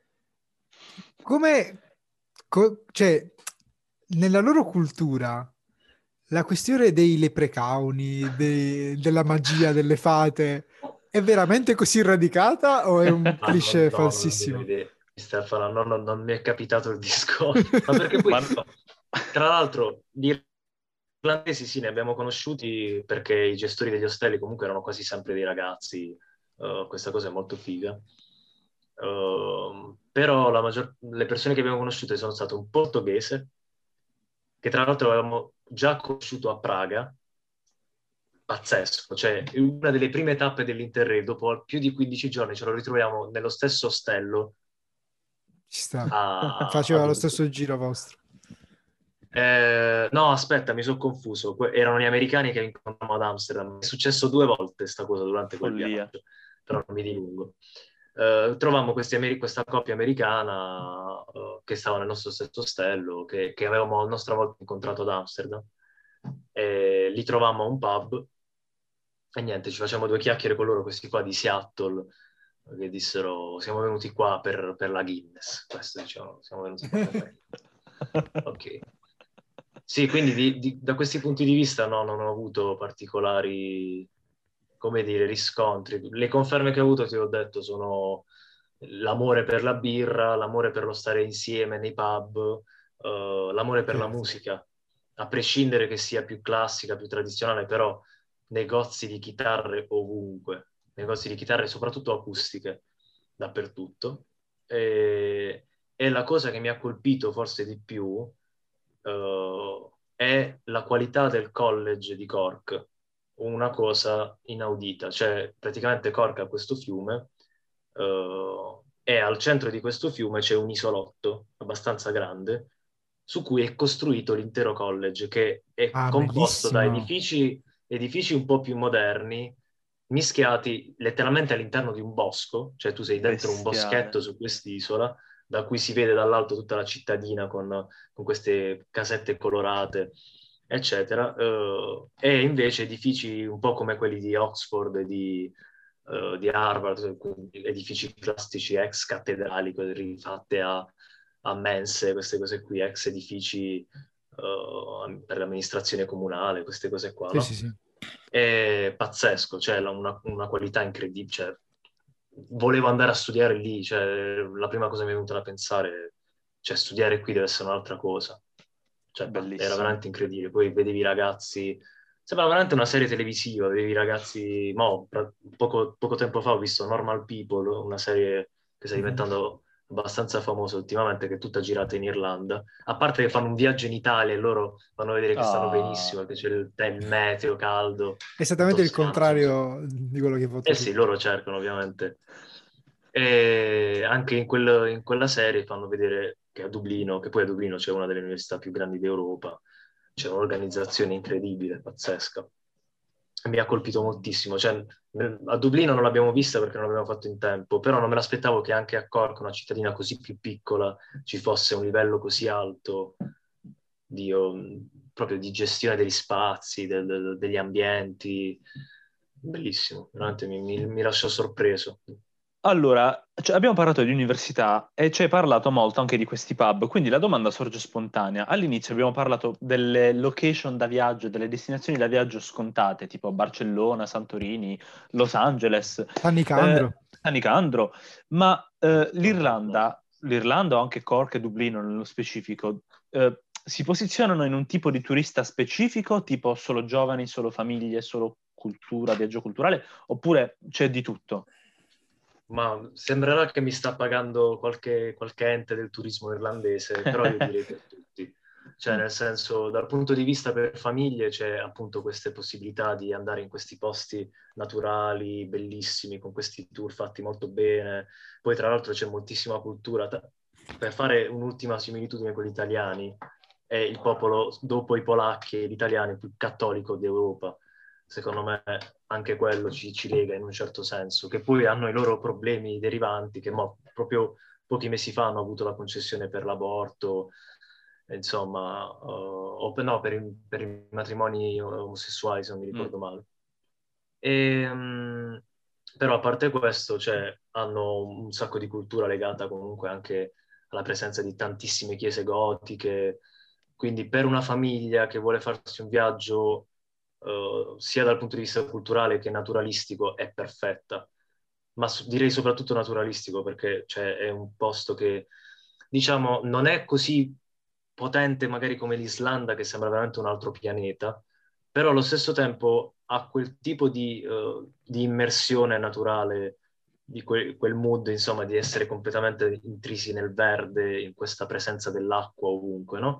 come, co- cioè, nella loro cultura, la questione dei leprecauni, dei- della magia, delle fate, è veramente così radicata o è un Ah, no, cliché no, non ne ho falsissimo? idea. Stefano, no, no, non mi è capitato il discorso. Ma perché poi, Ma tra l'altro, gli irlandesi sì, ne abbiamo conosciuti perché i gestori degli ostelli comunque erano quasi sempre dei ragazzi. Uh, questa cosa è molto figa. Uh, però la maggior... le persone che abbiamo conosciute sono state un portoghese, che tra l'altro avevamo già conosciuto a Praga, pazzesco, cioè una delle prime tappe dell'Interrail, dopo più di quindici giorni ce lo ritroviamo nello stesso ostello Ci sta. a, a Faceva lo stesso Dublino. giro vostro. Eh, no, aspetta, mi sono confuso. Que- erano gli americani che incontravamo ad Amsterdam. È successo due volte sta cosa durante quel follia. viaggio, però non mi dilungo. Uh, trovammo questi ameri- questa coppia americana uh, che stava nel nostro stesso ostello, che, che avevamo a nostra volta incontrato ad Amsterdam. E li trovammo a un pub e niente, ci facciamo due chiacchiere con loro, questi qua di Seattle, che dissero siamo venuti qua per, per la Guinness. Questo diciamo, siamo venuti qua per la Guinness. Ok. Sì, quindi di, di, da questi punti di vista no, non ho avuto particolari, come dire, riscontri. Le conferme che ho avuto, ti ho detto, sono l'amore per la birra, l'amore per lo stare insieme nei pub, uh, l'amore per la Certo. musica, a prescindere che sia più classica, più tradizionale, però negozi di chitarre ovunque, negozi di chitarre soprattutto acustiche, dappertutto. E, e la cosa che mi ha colpito forse di più uh, è la qualità del college di Cork, una cosa inaudita. Cioè, praticamente Cork ha questo fiume uh, e al centro di questo fiume c'è un isolotto abbastanza grande su cui è costruito l'intero college, che è Ah, composto da bellissimo. edifici, edifici un po' più moderni, mischiati letteralmente all'interno di un bosco, cioè tu sei dentro un Bestiale. boschetto su quest'isola, da cui si vede dall'alto tutta la cittadina con, con queste casette colorate, eccetera, uh, e invece edifici un po' come quelli di Oxford e di, uh, di Harvard, edifici classici ex cattedrali rifatte a, a mense, queste cose qui, ex edifici uh, per l'amministrazione comunale, queste cose qua, Sì, no? sì, sì. È pazzesco, cioè una, una qualità incredibile, cioè, volevo andare a studiare lì, cioè, la prima cosa che mi è venuta da pensare, cioè studiare qui deve essere un'altra cosa, cioè, era Bellissimo. veramente incredibile. Poi vedevi i ragazzi, sembrava veramente una serie televisiva, vedevi i ragazzi, mo, poco, poco tempo fa ho visto Normal People, una serie che sta Mhm. diventando abbastanza famosa ultimamente, che è tutta girata in Irlanda, a parte che fanno un viaggio in Italia e loro fanno vedere che stanno benissimo, Ah, perché c'è il, il meteo caldo, in Esattamente il Toscana, non so. contrario di quello che hai fatto Eh tu. sì, loro cercano ovviamente. E anche in, quel- in quella serie fanno vedere che a Dublino, che poi a Dublino c'è una delle università più grandi d'Europa, c'è un'organizzazione incredibile, pazzesca. E mi ha colpito moltissimo. Cioè, a Dublino non l'abbiamo vista perché non l'abbiamo fatto in tempo, però non me l'aspettavo che anche a Cork, una cittadina così più piccola, ci fosse un livello così alto di, um, proprio di gestione degli spazi, del- del- degli ambienti. Bellissimo, veramente mi, mi, mi lascia sorpreso. allora, cioè, abbiamo parlato di università e ci hai parlato molto anche di questi pub, quindi la domanda sorge spontanea. All'inizio abbiamo parlato delle location da viaggio, delle destinazioni da viaggio scontate, tipo Barcellona, Santorini, Los Angeles, San eh, Nicandro. San Nicandro, ma eh, Non tanto, no. l'Irlanda, l'Irlanda o anche Cork e Dublino nello specifico, eh, si posizionano in un tipo di turista specifico, tipo solo giovani, solo famiglie, solo cultura, viaggio culturale, oppure c'è di tutto? Ma sembrerà che mi sta pagando qualche, qualche ente del turismo irlandese, però io direi per tutti. Cioè, Mm. nel senso, dal punto di vista per famiglie c'è appunto queste possibilità di andare in questi posti naturali, bellissimi, con questi tour fatti molto bene. Poi, tra l'altro, c'è moltissima cultura. Ta- Per fare un'ultima similitudine con gli italiani, è il popolo, dopo i polacchi e gli italiani, più cattolico d'Europa. Secondo me anche quello ci, ci lega in un certo senso, che poi hanno i loro problemi derivanti, che mo, proprio pochi mesi fa hanno avuto la concessione per l'aborto, insomma, uh, o per, no, per, i, per i matrimoni omosessuali, se non mi Mm. ricordo male. E, um, però a parte questo, cioè, hanno un sacco di cultura legata comunque anche alla presenza di tantissime chiese gotiche, quindi per una famiglia che vuole farsi un viaggio uh, sia dal punto di vista culturale che naturalistico è perfetta, ma so- direi soprattutto naturalistico perché cioè, è un posto che, diciamo, non è così potente magari come l'Islanda, che sembra veramente un altro pianeta, però allo stesso tempo ha quel tipo di, uh, di immersione naturale, di que- quel mood, insomma, di essere completamente intrisi nel verde, in questa presenza dell'acqua ovunque, no?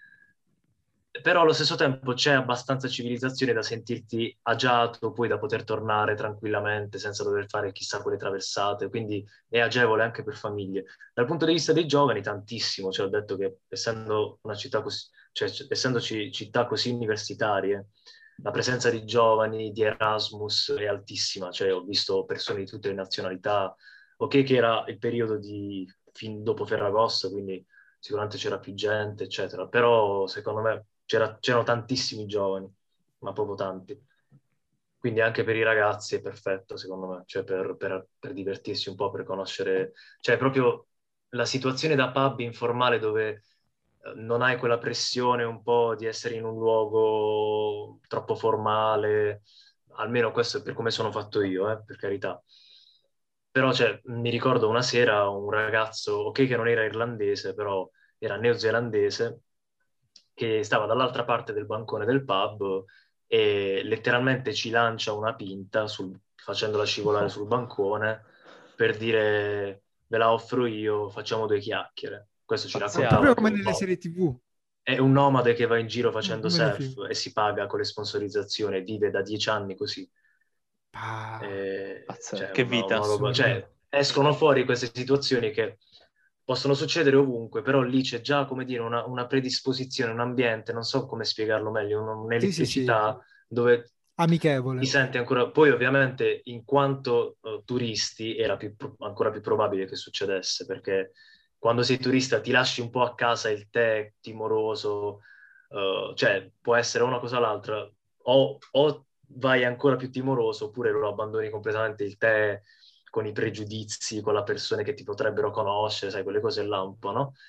Però allo stesso tempo c'è abbastanza civilizzazione da sentirti agiato, poi da poter tornare tranquillamente senza dover fare chissà quelle traversate, quindi è agevole anche per famiglie. Dal punto di vista dei giovani, tantissimo, cioè ho detto che essendo una città così, cioè essendoci città così universitarie, la presenza di giovani, di Erasmus è altissima, cioè ho visto persone di tutte le nazionalità, ok che era il periodo di fin dopo Ferragosto, quindi sicuramente c'era più gente, eccetera, però secondo me c'era, c'erano tantissimi giovani, ma proprio tanti. Quindi anche per i ragazzi è perfetto, secondo me, cioè per, per, per divertirsi un po', per conoscere, cioè proprio la situazione da pub informale dove eh, non hai quella pressione un po' di essere in un luogo troppo formale, almeno questo è per come sono fatto io, eh, per carità. Però cioè, mi ricordo una sera un ragazzo, ok che non era irlandese, però era neozelandese, che stava dall'altra parte del bancone del pub e letteralmente ci lancia una pinta sul- facendola scivolare sul bancone per dire ve la offro io, facciamo due chiacchiere. Questo ci raccontava proprio Pazzesco. che è come un, nelle no- serie tivù, è un nomade che va in giro facendo come nei film. surf e si paga con le sponsorizzazioni e vive da dieci anni così. Ah, Eh, Pazzesco. cioè, Che una, vita una roba, assurdo. cioè, escono fuori queste situazioni che possono succedere ovunque, però lì c'è già, come dire, una, una predisposizione, un ambiente, non so come spiegarlo meglio, un- Sì, sì, sì, un'elettricità dove ti amichevole. senti ancora... Poi ovviamente in quanto eh, turisti era più pro- ancora più probabile che succedesse, perché quando sei turista ti lasci un po' a casa il tè timoroso, eh, cioè può essere una cosa o l'altra, o, o vai ancora più timoroso oppure lo abbandoni completamente il tè con i pregiudizi, con le persone che ti potrebbero conoscere, sai, quelle cose là un po', no?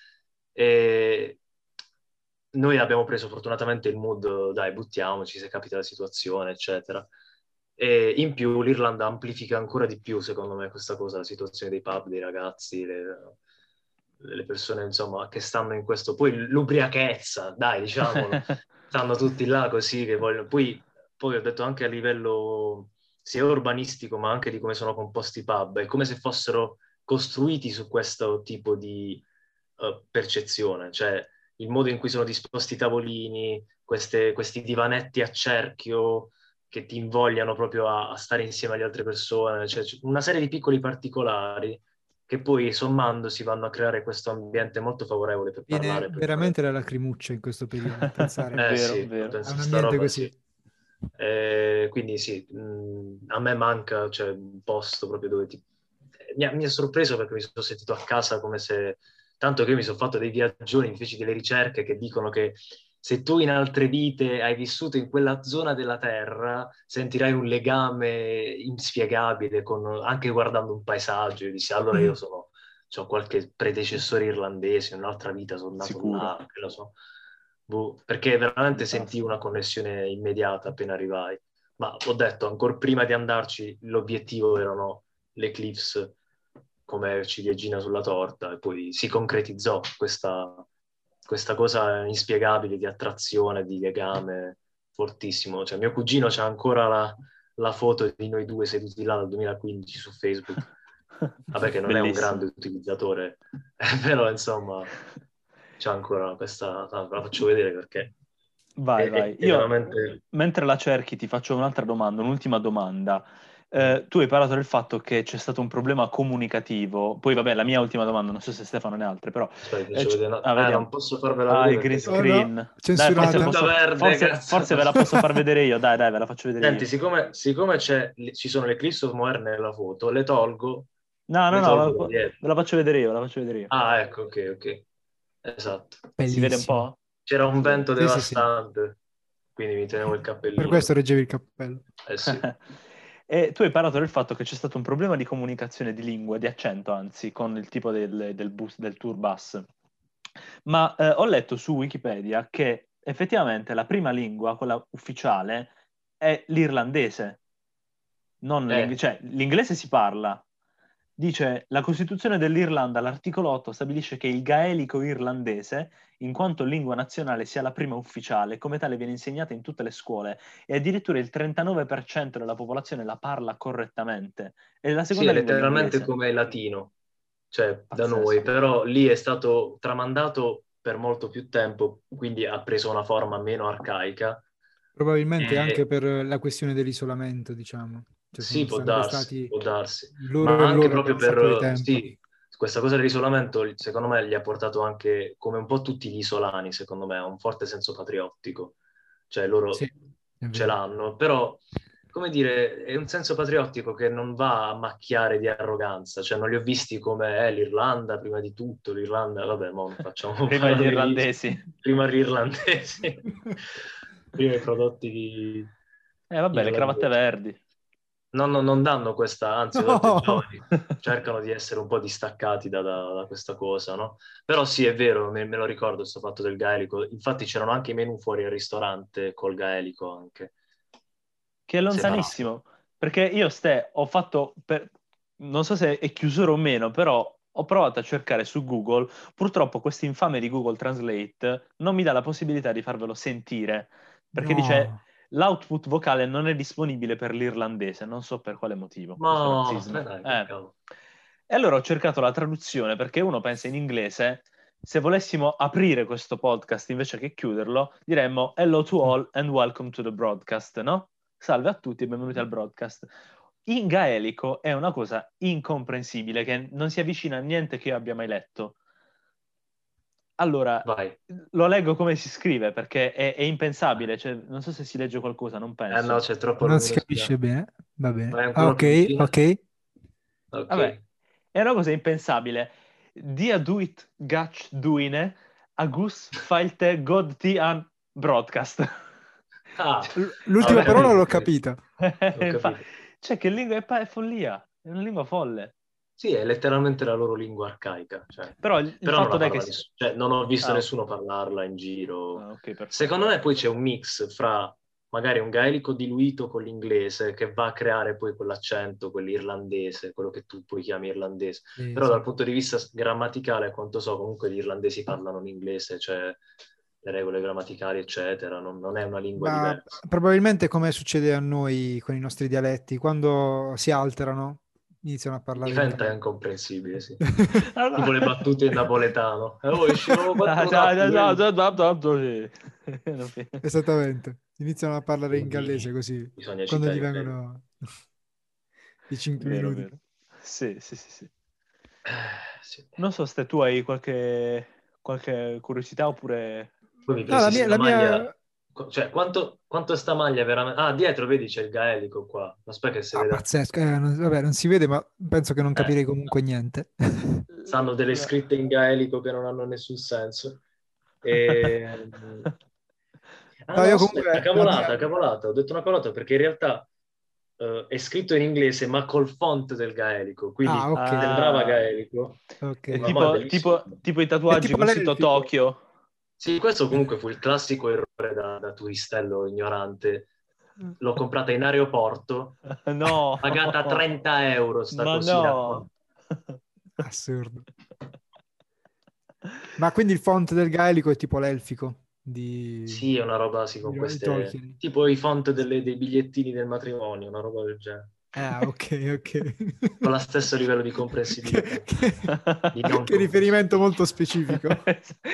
E noi abbiamo preso fortunatamente il mood, dai, buttiamoci se capita la situazione, eccetera. E in più l'Irlanda amplifica ancora di più, secondo me, questa cosa, la situazione dei pub, dei ragazzi, le, le persone, insomma, che stanno in questo... Poi l'ubriachezza, dai, diciamolo, stanno tutti là così che vogliono... Poi, poi ho detto anche a livello sia urbanistico, ma anche di come sono composti i pub, è come se fossero costruiti su questo tipo di uh, percezione, cioè il modo in cui sono disposti i tavolini, queste, questi divanetti a cerchio che ti invogliano proprio a, a stare insieme alle altre persone, cioè una serie di piccoli particolari che poi sommandosi vanno a creare questo ambiente molto favorevole per Viene parlare, per fare... veramente la lacrimuccia in questo periodo, È pensare Eh vero, sì, vero. a penso un sta ambiente roba sì. così. Eh, quindi sì, mh, a me manca, cioè, un posto proprio dove ti... Mi ha, mi ha sorpreso perché mi sono sentito a casa come se... Tanto che io mi sono fatto dei viaggioni, mi feci delle ricerche che dicono che se tu in altre vite hai vissuto in quella zona della Terra, sentirai un legame inspiegabile, con, anche guardando un paesaggio. Io dissi, allora io sono, ho qualche predecessore irlandese, in un'altra vita sono nato Sicuro. là, che lo so. Boh, perché veramente sentii Fantastico. una connessione immediata appena arrivai. Ma ho detto, ancora prima di andarci, l'obiettivo erano le Cliffs come ciliegina sulla torta e poi si concretizzò questa, questa cosa inspiegabile di attrazione, di legame fortissimo. Cioè, mio cugino c'ha ancora la, la foto di noi due seduti là dal duemilaquindici su Facebook. Vabbè che non è un Bellissimo. grande utilizzatore, però insomma c'è ancora questa... La faccio vedere perché Vai, è, è- vai. è Io, veramente... mentre la cerchi, ti faccio un'altra domanda, un'ultima domanda. Mm. Eh, tu hai parlato del fatto che c'è stato un problema comunicativo. Poi, vabbè, la mia ultima domanda, non so se Stefano ne ha altre, però... Aspetta, eh, faccio c- vedere. una- ah, Ah, non vediamo. posso farvela Ah, il vedere green perché Oh no, screen. Dai, è forse censurata. tutta posso... verde, Forse, cazzo. forse ve la posso far vedere io. Dai, dai, ve la faccio vedere Senti, io. siccome, siccome c'è, ci sono le Eclipse of Moher nella foto, le tolgo, No, no, le no, tolgo ve da dietro. ve la faccio vedere io, ve la faccio vedere io. Ah, ecco, ok, ok. Esatto. Si vede un Bellissimo. po'? C'era un Si vede. vento Sì, sì, sì. devastante, quindi mi tenevo il Per cappellino. questo reggevi il cappello. Eh sì. E tu hai parlato del fatto che c'è stato un problema di comunicazione di lingua, di accento, anzi, con il tipo del, del bus, del tour bus. Ma eh, ho letto su Wikipedia che effettivamente la prima lingua, quella ufficiale, è l'irlandese, non Eh, l'inglese. Cioè, l'inglese si parla. Dice, la Costituzione dell'Irlanda, all'articolo otto, stabilisce che il gaelico irlandese, in quanto lingua nazionale, sia la prima ufficiale, come tale viene insegnata in tutte le scuole e addirittura il trentanove per cento della popolazione la parla correttamente. E la sì, seconda è lingua è letteralmente l'inglese. come il latino, cioè da noi, Pazzesco. però lì è stato tramandato per molto più tempo, quindi ha preso una forma meno arcaica. Probabilmente anche E per la questione dell'isolamento, diciamo. Cioè sì, sono può sempre darsi, stati può darsi, loro ma e anche loro per proprio un sacco di per, tempo. sì, questa cosa dell'isolamento, secondo me, gli ha portato anche, come un po' tutti gli isolani, secondo me, a un forte senso patriottico, cioè Sì, loro è ce vero. l'hanno, però come dire, è un senso patriottico che non va a macchiare di arroganza, cioè non li ho visti come eh, l'Irlanda prima di tutto, l'Irlanda, vabbè, mo non facciamo Prima gli parole di- irlandesi. prima gli irlandesi, prima i prodotti di- Eh vabbè, le cravatte irlandesi. verdi. No, no, non danno questa, anzi, ho detto, i No. giovani cercano di essere un po' distaccati da, da- da questa cosa, no? Però sì, è vero, me, me lo ricordo questo fatto del gaelico. Infatti c'erano anche i menù fuori al ristorante col gaelico anche. Che è Separati. lontanissimo, perché io ste ho fatto, per... non so se è chiusura o meno, però ho provato a cercare su Google, purtroppo questo infame di Google Translate non mi dà la possibilità di farvelo sentire, perché dice No. l'output vocale non è disponibile per l'irlandese, non so per quale motivo, questo Ma razzismo. dai, che Eh. cavolo. E allora ho cercato la traduzione, perché uno pensa in inglese, se volessimo aprire questo podcast invece che chiuderlo, diremmo hello to all and welcome to the broadcast, no? Salve a tutti e benvenuti al broadcast. In gaelico è una cosa incomprensibile che non si avvicina a niente che io abbia mai letto. Allora, Vai. lo leggo come si scrive perché è, è impensabile, cioè, non so se si legge qualcosa, non Eh no, penso. c'è troppa Non si luminosità. capisce bene. Va bene. Vai Ah, ancora più ok, vicino. ok. Ok. Vabbè, è una cosa impensabile. Dia duit gach duine, agus failte god ti an broadcast. Ah, L- L'ultima ah, parola l'ho capito, capita. ho Infa- capito. Cioè, che lingua è, pa- è follia, è una lingua folle. Sì, è letteralmente la loro lingua arcaica, cioè. Però il, il Però non fatto la è che... parla si- nessuno, cioè, non ho visto Ah, ok. nessuno parlarla in giro. Ah, ok, perfetto. Secondo me poi c'è un mix fra magari un gaelico diluito con l'inglese che va a creare poi quell'accento, quell'irlandese, quello che tu poi chiami irlandese. Sì, Però sì. dal punto di vista grammaticale, a quanto so, comunque gli irlandesi parlano l'inglese, cioè le regole grammaticali, eccetera, non, non è una lingua Ma diversa. probabilmente come succede a noi con i nostri dialetti, quando si alterano, iniziano a parlare in Diventa gaelico. incomprensibile, sì. Allora- Tipo le battute in napoletano. Eh, oh, escono Ah, quattro già, tappi, già, quelli. già, già, già, già, sì. Esattamente. Iniziano a parlare in Quindi gallese così, bisogna quando gli citare i belli. vengono i cinque Vero, minuti. vero. Sì, sì, sì, sì. Eh, sì. Non so se tu hai qualche, qualche curiosità oppure... Poi mi No, la presi mia, la la maglia. mia... Qu- Cioè, quanto, quanto sta maglia veramente. Ah, dietro vedi c'è il gaelico qua. Aspetta che si Ah, vede. pazzesco. Eh, non, vabbè, non si vede, ma penso che non Eh, capirei comunque niente. stanno delle scritte in gaelico che non hanno nessun senso. E... Ah No, no, io aspetta, comunque la mia... cavolata, cavolata. Ho detto una cavolata perché in realtà eh, è scritto in inglese ma col font del gaelico, Ah, quindi ok. sembrava Ah, gaelico, Ok. è ma mo è tipo, bellissimo. tipo, tipo i È tatuaggi tipo con scritto l'elfico. Tokyo. Sì, questo comunque fu il classico errore da, da turistello ignorante. L'ho comprata in aeroporto, No, pagata trenta euro sta ma cosina qua. no. Assurdo. Ma quindi il font del gaelico è tipo l'elfico di, Sì, è una roba sì, con di, di queste... Tolkien. tipo i font delle- dei bigliettini del matrimonio, una roba del genere. Ah, ok, ok. Con lo stesso livello di che, comprensibilità. che- Di non che riferimento comprensibilità. molto specifico.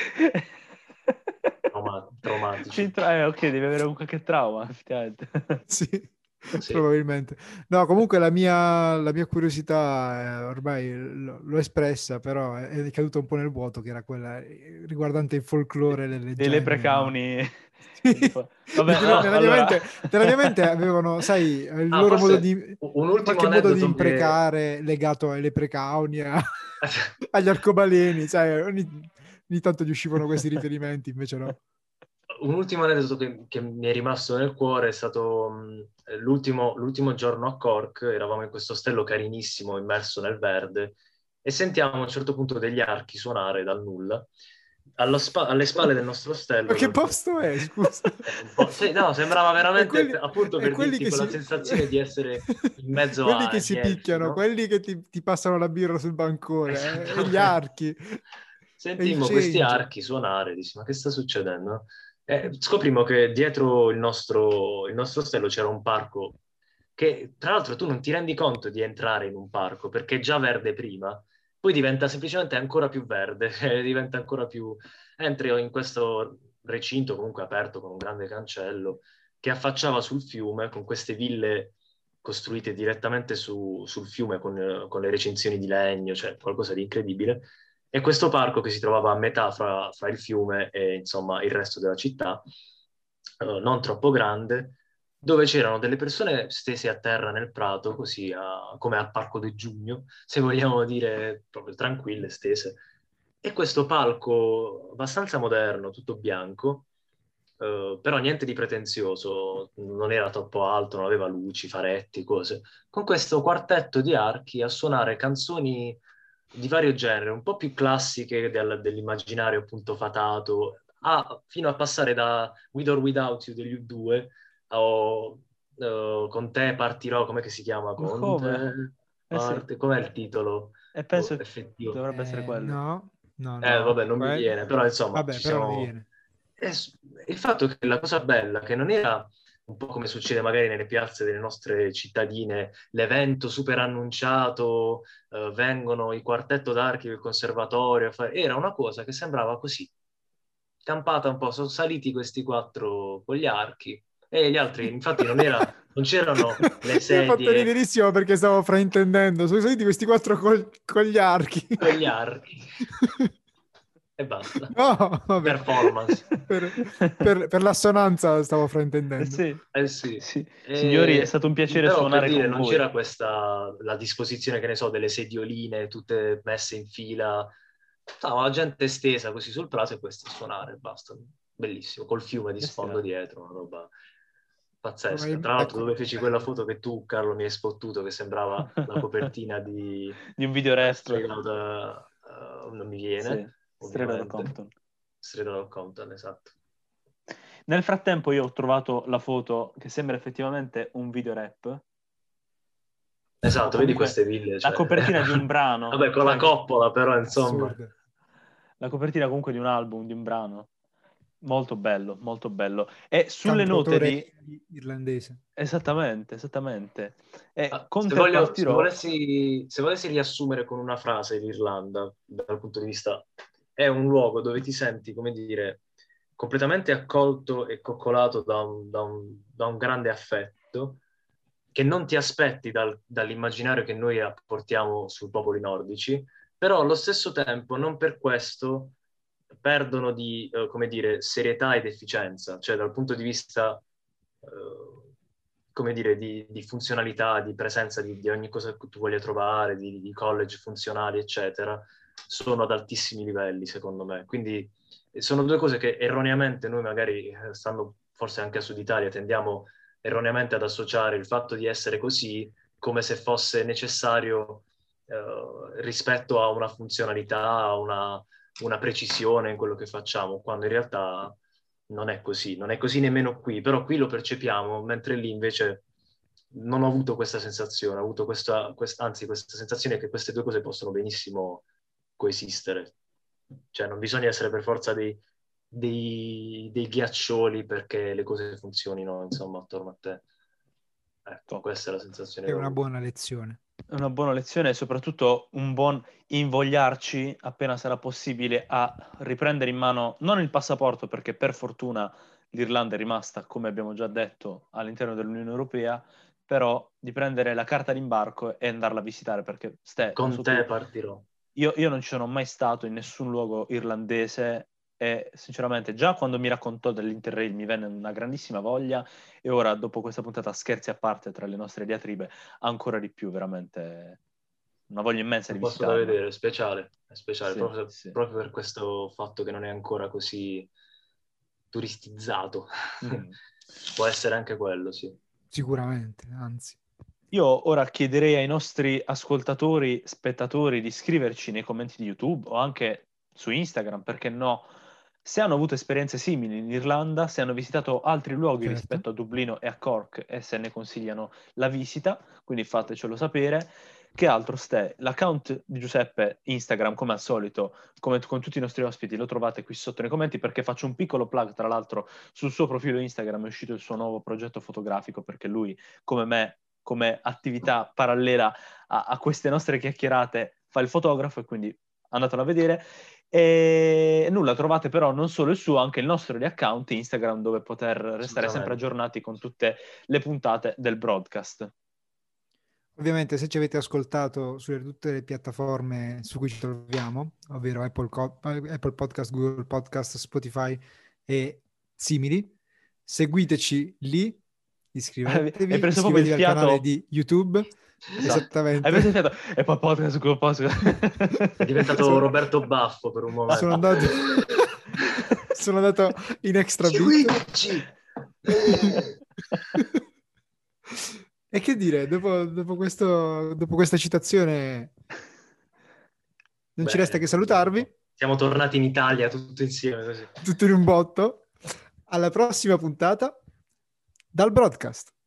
Trauma- traumatici. Sì, tra- eh, ok, devi avere un qualche trauma, effettivamente. Sì, Sì. probabilmente. No, comunque la mia, la mia curiosità eh, ormai l- l'ho espressa, però è, è caduta un po' nel vuoto, che era quella eh, riguardante il folklore e le Dei leggende. Ma... leprecauni. Sì, Tipo- Vabbè, perché no- no, nella mia allora... mente, nella mia mente avevano, sai, il Ah, loro modo forse di... un ultimo qualche modo di aneddoto che... imprecare legato ai leprecauni, a- agli arcobaleni, sai, ogni, ogni tanto gli uscivano questi riferimenti, invece no. Un ultimo aneddoto che, che mi è rimasto nel cuore è stato mh, l'ultimo, l'ultimo giorno a Cork, eravamo in questo ostello carinissimo immerso nel verde e sentiamo a un certo punto degli archi suonare dal nulla. Allo spa- alle spalle del nostro ostello... Ma che posto è, scusa? Eh, un po', sì, no, sembrava E veramente, quelli, appunto e per quelli dirti che quella si... sensazione di essere in mezzo quelli che agli si elfi, picchiano, no? quelli che ti, ti passano la birra sul bancone, eh, e gli Esattamente. archi, e il Sentimmo questi change. archi suonare, dissi, ma che sta succedendo? Eh, scoprimmo che dietro il nostro, il nostro ostello c'era un parco che, tra l'altro, tu non ti rendi conto di entrare in un parco perché è già verde prima, poi diventa semplicemente ancora più verde, diventa ancora più... Entri in questo recinto comunque aperto con un grande cancello che affacciava sul fiume con queste ville costruite direttamente su, sul fiume con, con le recinzioni di legno, cioè qualcosa di incredibile. E questo parco che si trovava a metà fra, fra il fiume e insomma il resto della città, eh, non troppo grande, dove c'erano delle persone stese a terra nel prato, così a- come al Parco del Giugno, se vogliamo dire proprio tranquille, stese. E questo palco abbastanza moderno, tutto bianco, eh, però niente di pretenzioso, non era troppo alto, non aveva luci, faretti, cose. Con questo quartetto di archi a suonare canzoni di vario genere, un po' più classiche del- dell'immaginario appunto fatato, a- fino a passare da With or Without You degli U due o eh, Con te partirò, come che si chiama? Ma Con come? te Eh sì, parte... Com'è il titolo e boh, penso effettivo? dovrebbe essere Eh, quello. no, no, Eh, no. vabbè, non mi Que- viene, però insomma, Vabbè, ci però non mi siamo... viene. E s- il fatto è che la cosa bella, che non era un po' come succede magari nelle piazze delle nostre cittadine, l'evento super annunciato, eh, vengono i quartetto d'archi del conservatorio, a fare- era una cosa che sembrava così, campata un po', sono saliti questi quattro con gli archi e gli altri, infatti non era, non c'erano le Mi ha fatto sedie riderissimo perché stavo fraintendendo. Sono saliti questi quattro col- con gli archi. con gli archi e basta. No, vabbè. Performance. Per, per- per l'assonanza stavo Eh fraintendendo. sì, Eh sì, sì. Signori, è e, stato un piacere però per suonare dire con non voi. c'era questa, la disposizione, che ne so, delle sedioline tutte messe in fila, stava la gente stesa così sul prato e questo a suonare, basta, bellissimo, col fiume di sfondo Bestiale. dietro, una roba pazzesca. Come- Tra l'altro ecco, dove feci quella bello. foto che tu, Carlo, mi hai spottuto, che sembrava la copertina di Di un video uh, rap. Straight Outta, uh, non mi Sì, viene, Straight Outta ovviamente, Compton. Straight Outta Compton, esatto. Nel frattempo io ho trovato la foto che sembra effettivamente un video rap, o Esatto, vedi comunque queste ville, la cioè... copertina di un brano, Vabbè, con la cioè coppola, però, insomma... Assurdo. la copertina comunque di un album, di un brano. Molto bello, molto bello. E sulle note Cantautore di... irlandese. Esattamente, esattamente. E Ah, con se te voglio, se partirò... volessi, se volessi riassumere con una frase l'Irlanda, dal punto di vista... È un luogo dove ti senti, come dire, completamente accolto e coccolato da un, da un- da un grande affetto che non ti aspetti dal- dall'immaginario che noi apportiamo sui popoli nordici, però allo stesso tempo non per questo perdono di, eh, come dire, serietà ed efficienza, cioè dal punto di vista, eh, come dire, di, di funzionalità, di presenza di, di ogni cosa che tu voglia trovare, di, di college funzionali, eccetera, sono ad altissimi livelli, secondo me. Quindi eh, sono due cose che erroneamente noi magari, eh, stando forse anche a Sud Italia, tendiamo erroneamente ad associare il fatto di essere così come se fosse necessario eh, rispetto a una funzionalità, a una, una precisione in quello che facciamo, quando in realtà non è così, non è così nemmeno qui, però qui lo percepiamo, mentre lì invece non ho avuto questa sensazione, ho avuto questa, quest- anzi questa sensazione che queste due cose possono benissimo coesistere, cioè non bisogna essere per forza dei, dei, dei ghiaccioli perché le cose funzionino, insomma, attorno a te. Ecco, Top. questa è la sensazione È che ho una avuto. buona lezione. È una buona lezione e soprattutto un buon invogliarci, appena sarà possibile, a riprendere in mano non il passaporto, perché per fortuna l'Irlanda è rimasta, come abbiamo già detto, all'interno dell'Unione Europea, però di prendere la carta d'imbarco e andarla a visitare, perché Ste, non Con so te tu, partirò. io, io non ci sono mai stato in nessun luogo irlandese e sinceramente già quando mi raccontò dell'Interrail mi venne una grandissima voglia e ora dopo questa puntata, scherzi a parte tra le nostre diatribe, ancora di più, veramente una voglia immensa di Un posto da visitarla. vedere, speciale, è speciale, Sì, proprio, sì. proprio per questo fatto che non è ancora così turistizzato. Mm. Può essere anche quello, sì. Sicuramente, anzi. Io ora chiederei ai nostri ascoltatori, spettatori di scriverci nei commenti di YouTube o anche su Instagram, perché no, se hanno avuto esperienze simili in Irlanda, se hanno visitato altri luoghi Certo. rispetto a Dublino e a Cork e se ne consigliano la visita, quindi fatecelo sapere. Che altro, Ste? L'account di Giuseppe Instagram, come al solito, come con tutti i nostri ospiti, lo trovate qui sotto nei commenti perché faccio un piccolo plug, tra l'altro, sul suo profilo Instagram è uscito il suo nuovo progetto fotografico perché lui, come me, come attività parallela a, a queste nostre chiacchierate, fa il fotografo e quindi andatelo a vedere. E nulla, trovate però non solo il suo, anche il nostro di account Instagram dove poter restare sempre Assolutamente. aggiornati con tutte le puntate del broadcast. Ovviamente se ci avete ascoltato su tutte le piattaforme su cui ci troviamo, ovvero Apple, Co- Apple Podcast, Google Podcast, Spotify e simili, seguiteci lì, iscrivetevi, Hai preso proprio il iscrivetevi al fiato. canale di YouTube. Esatto. Esattamente. Hai preso il fiato. E poi podcast con podcast. È diventato Sono- Roberto Baffo per un momento. Sono andato, sono andato in extra bit. Seguiteci! E che dire, dopo, dopo questo, dopo questa citazione non ci Beh, resta che salutarvi, siamo tornati in Italia tutti insieme così. tutto in un botto. Alla prossima puntata dal broadcast.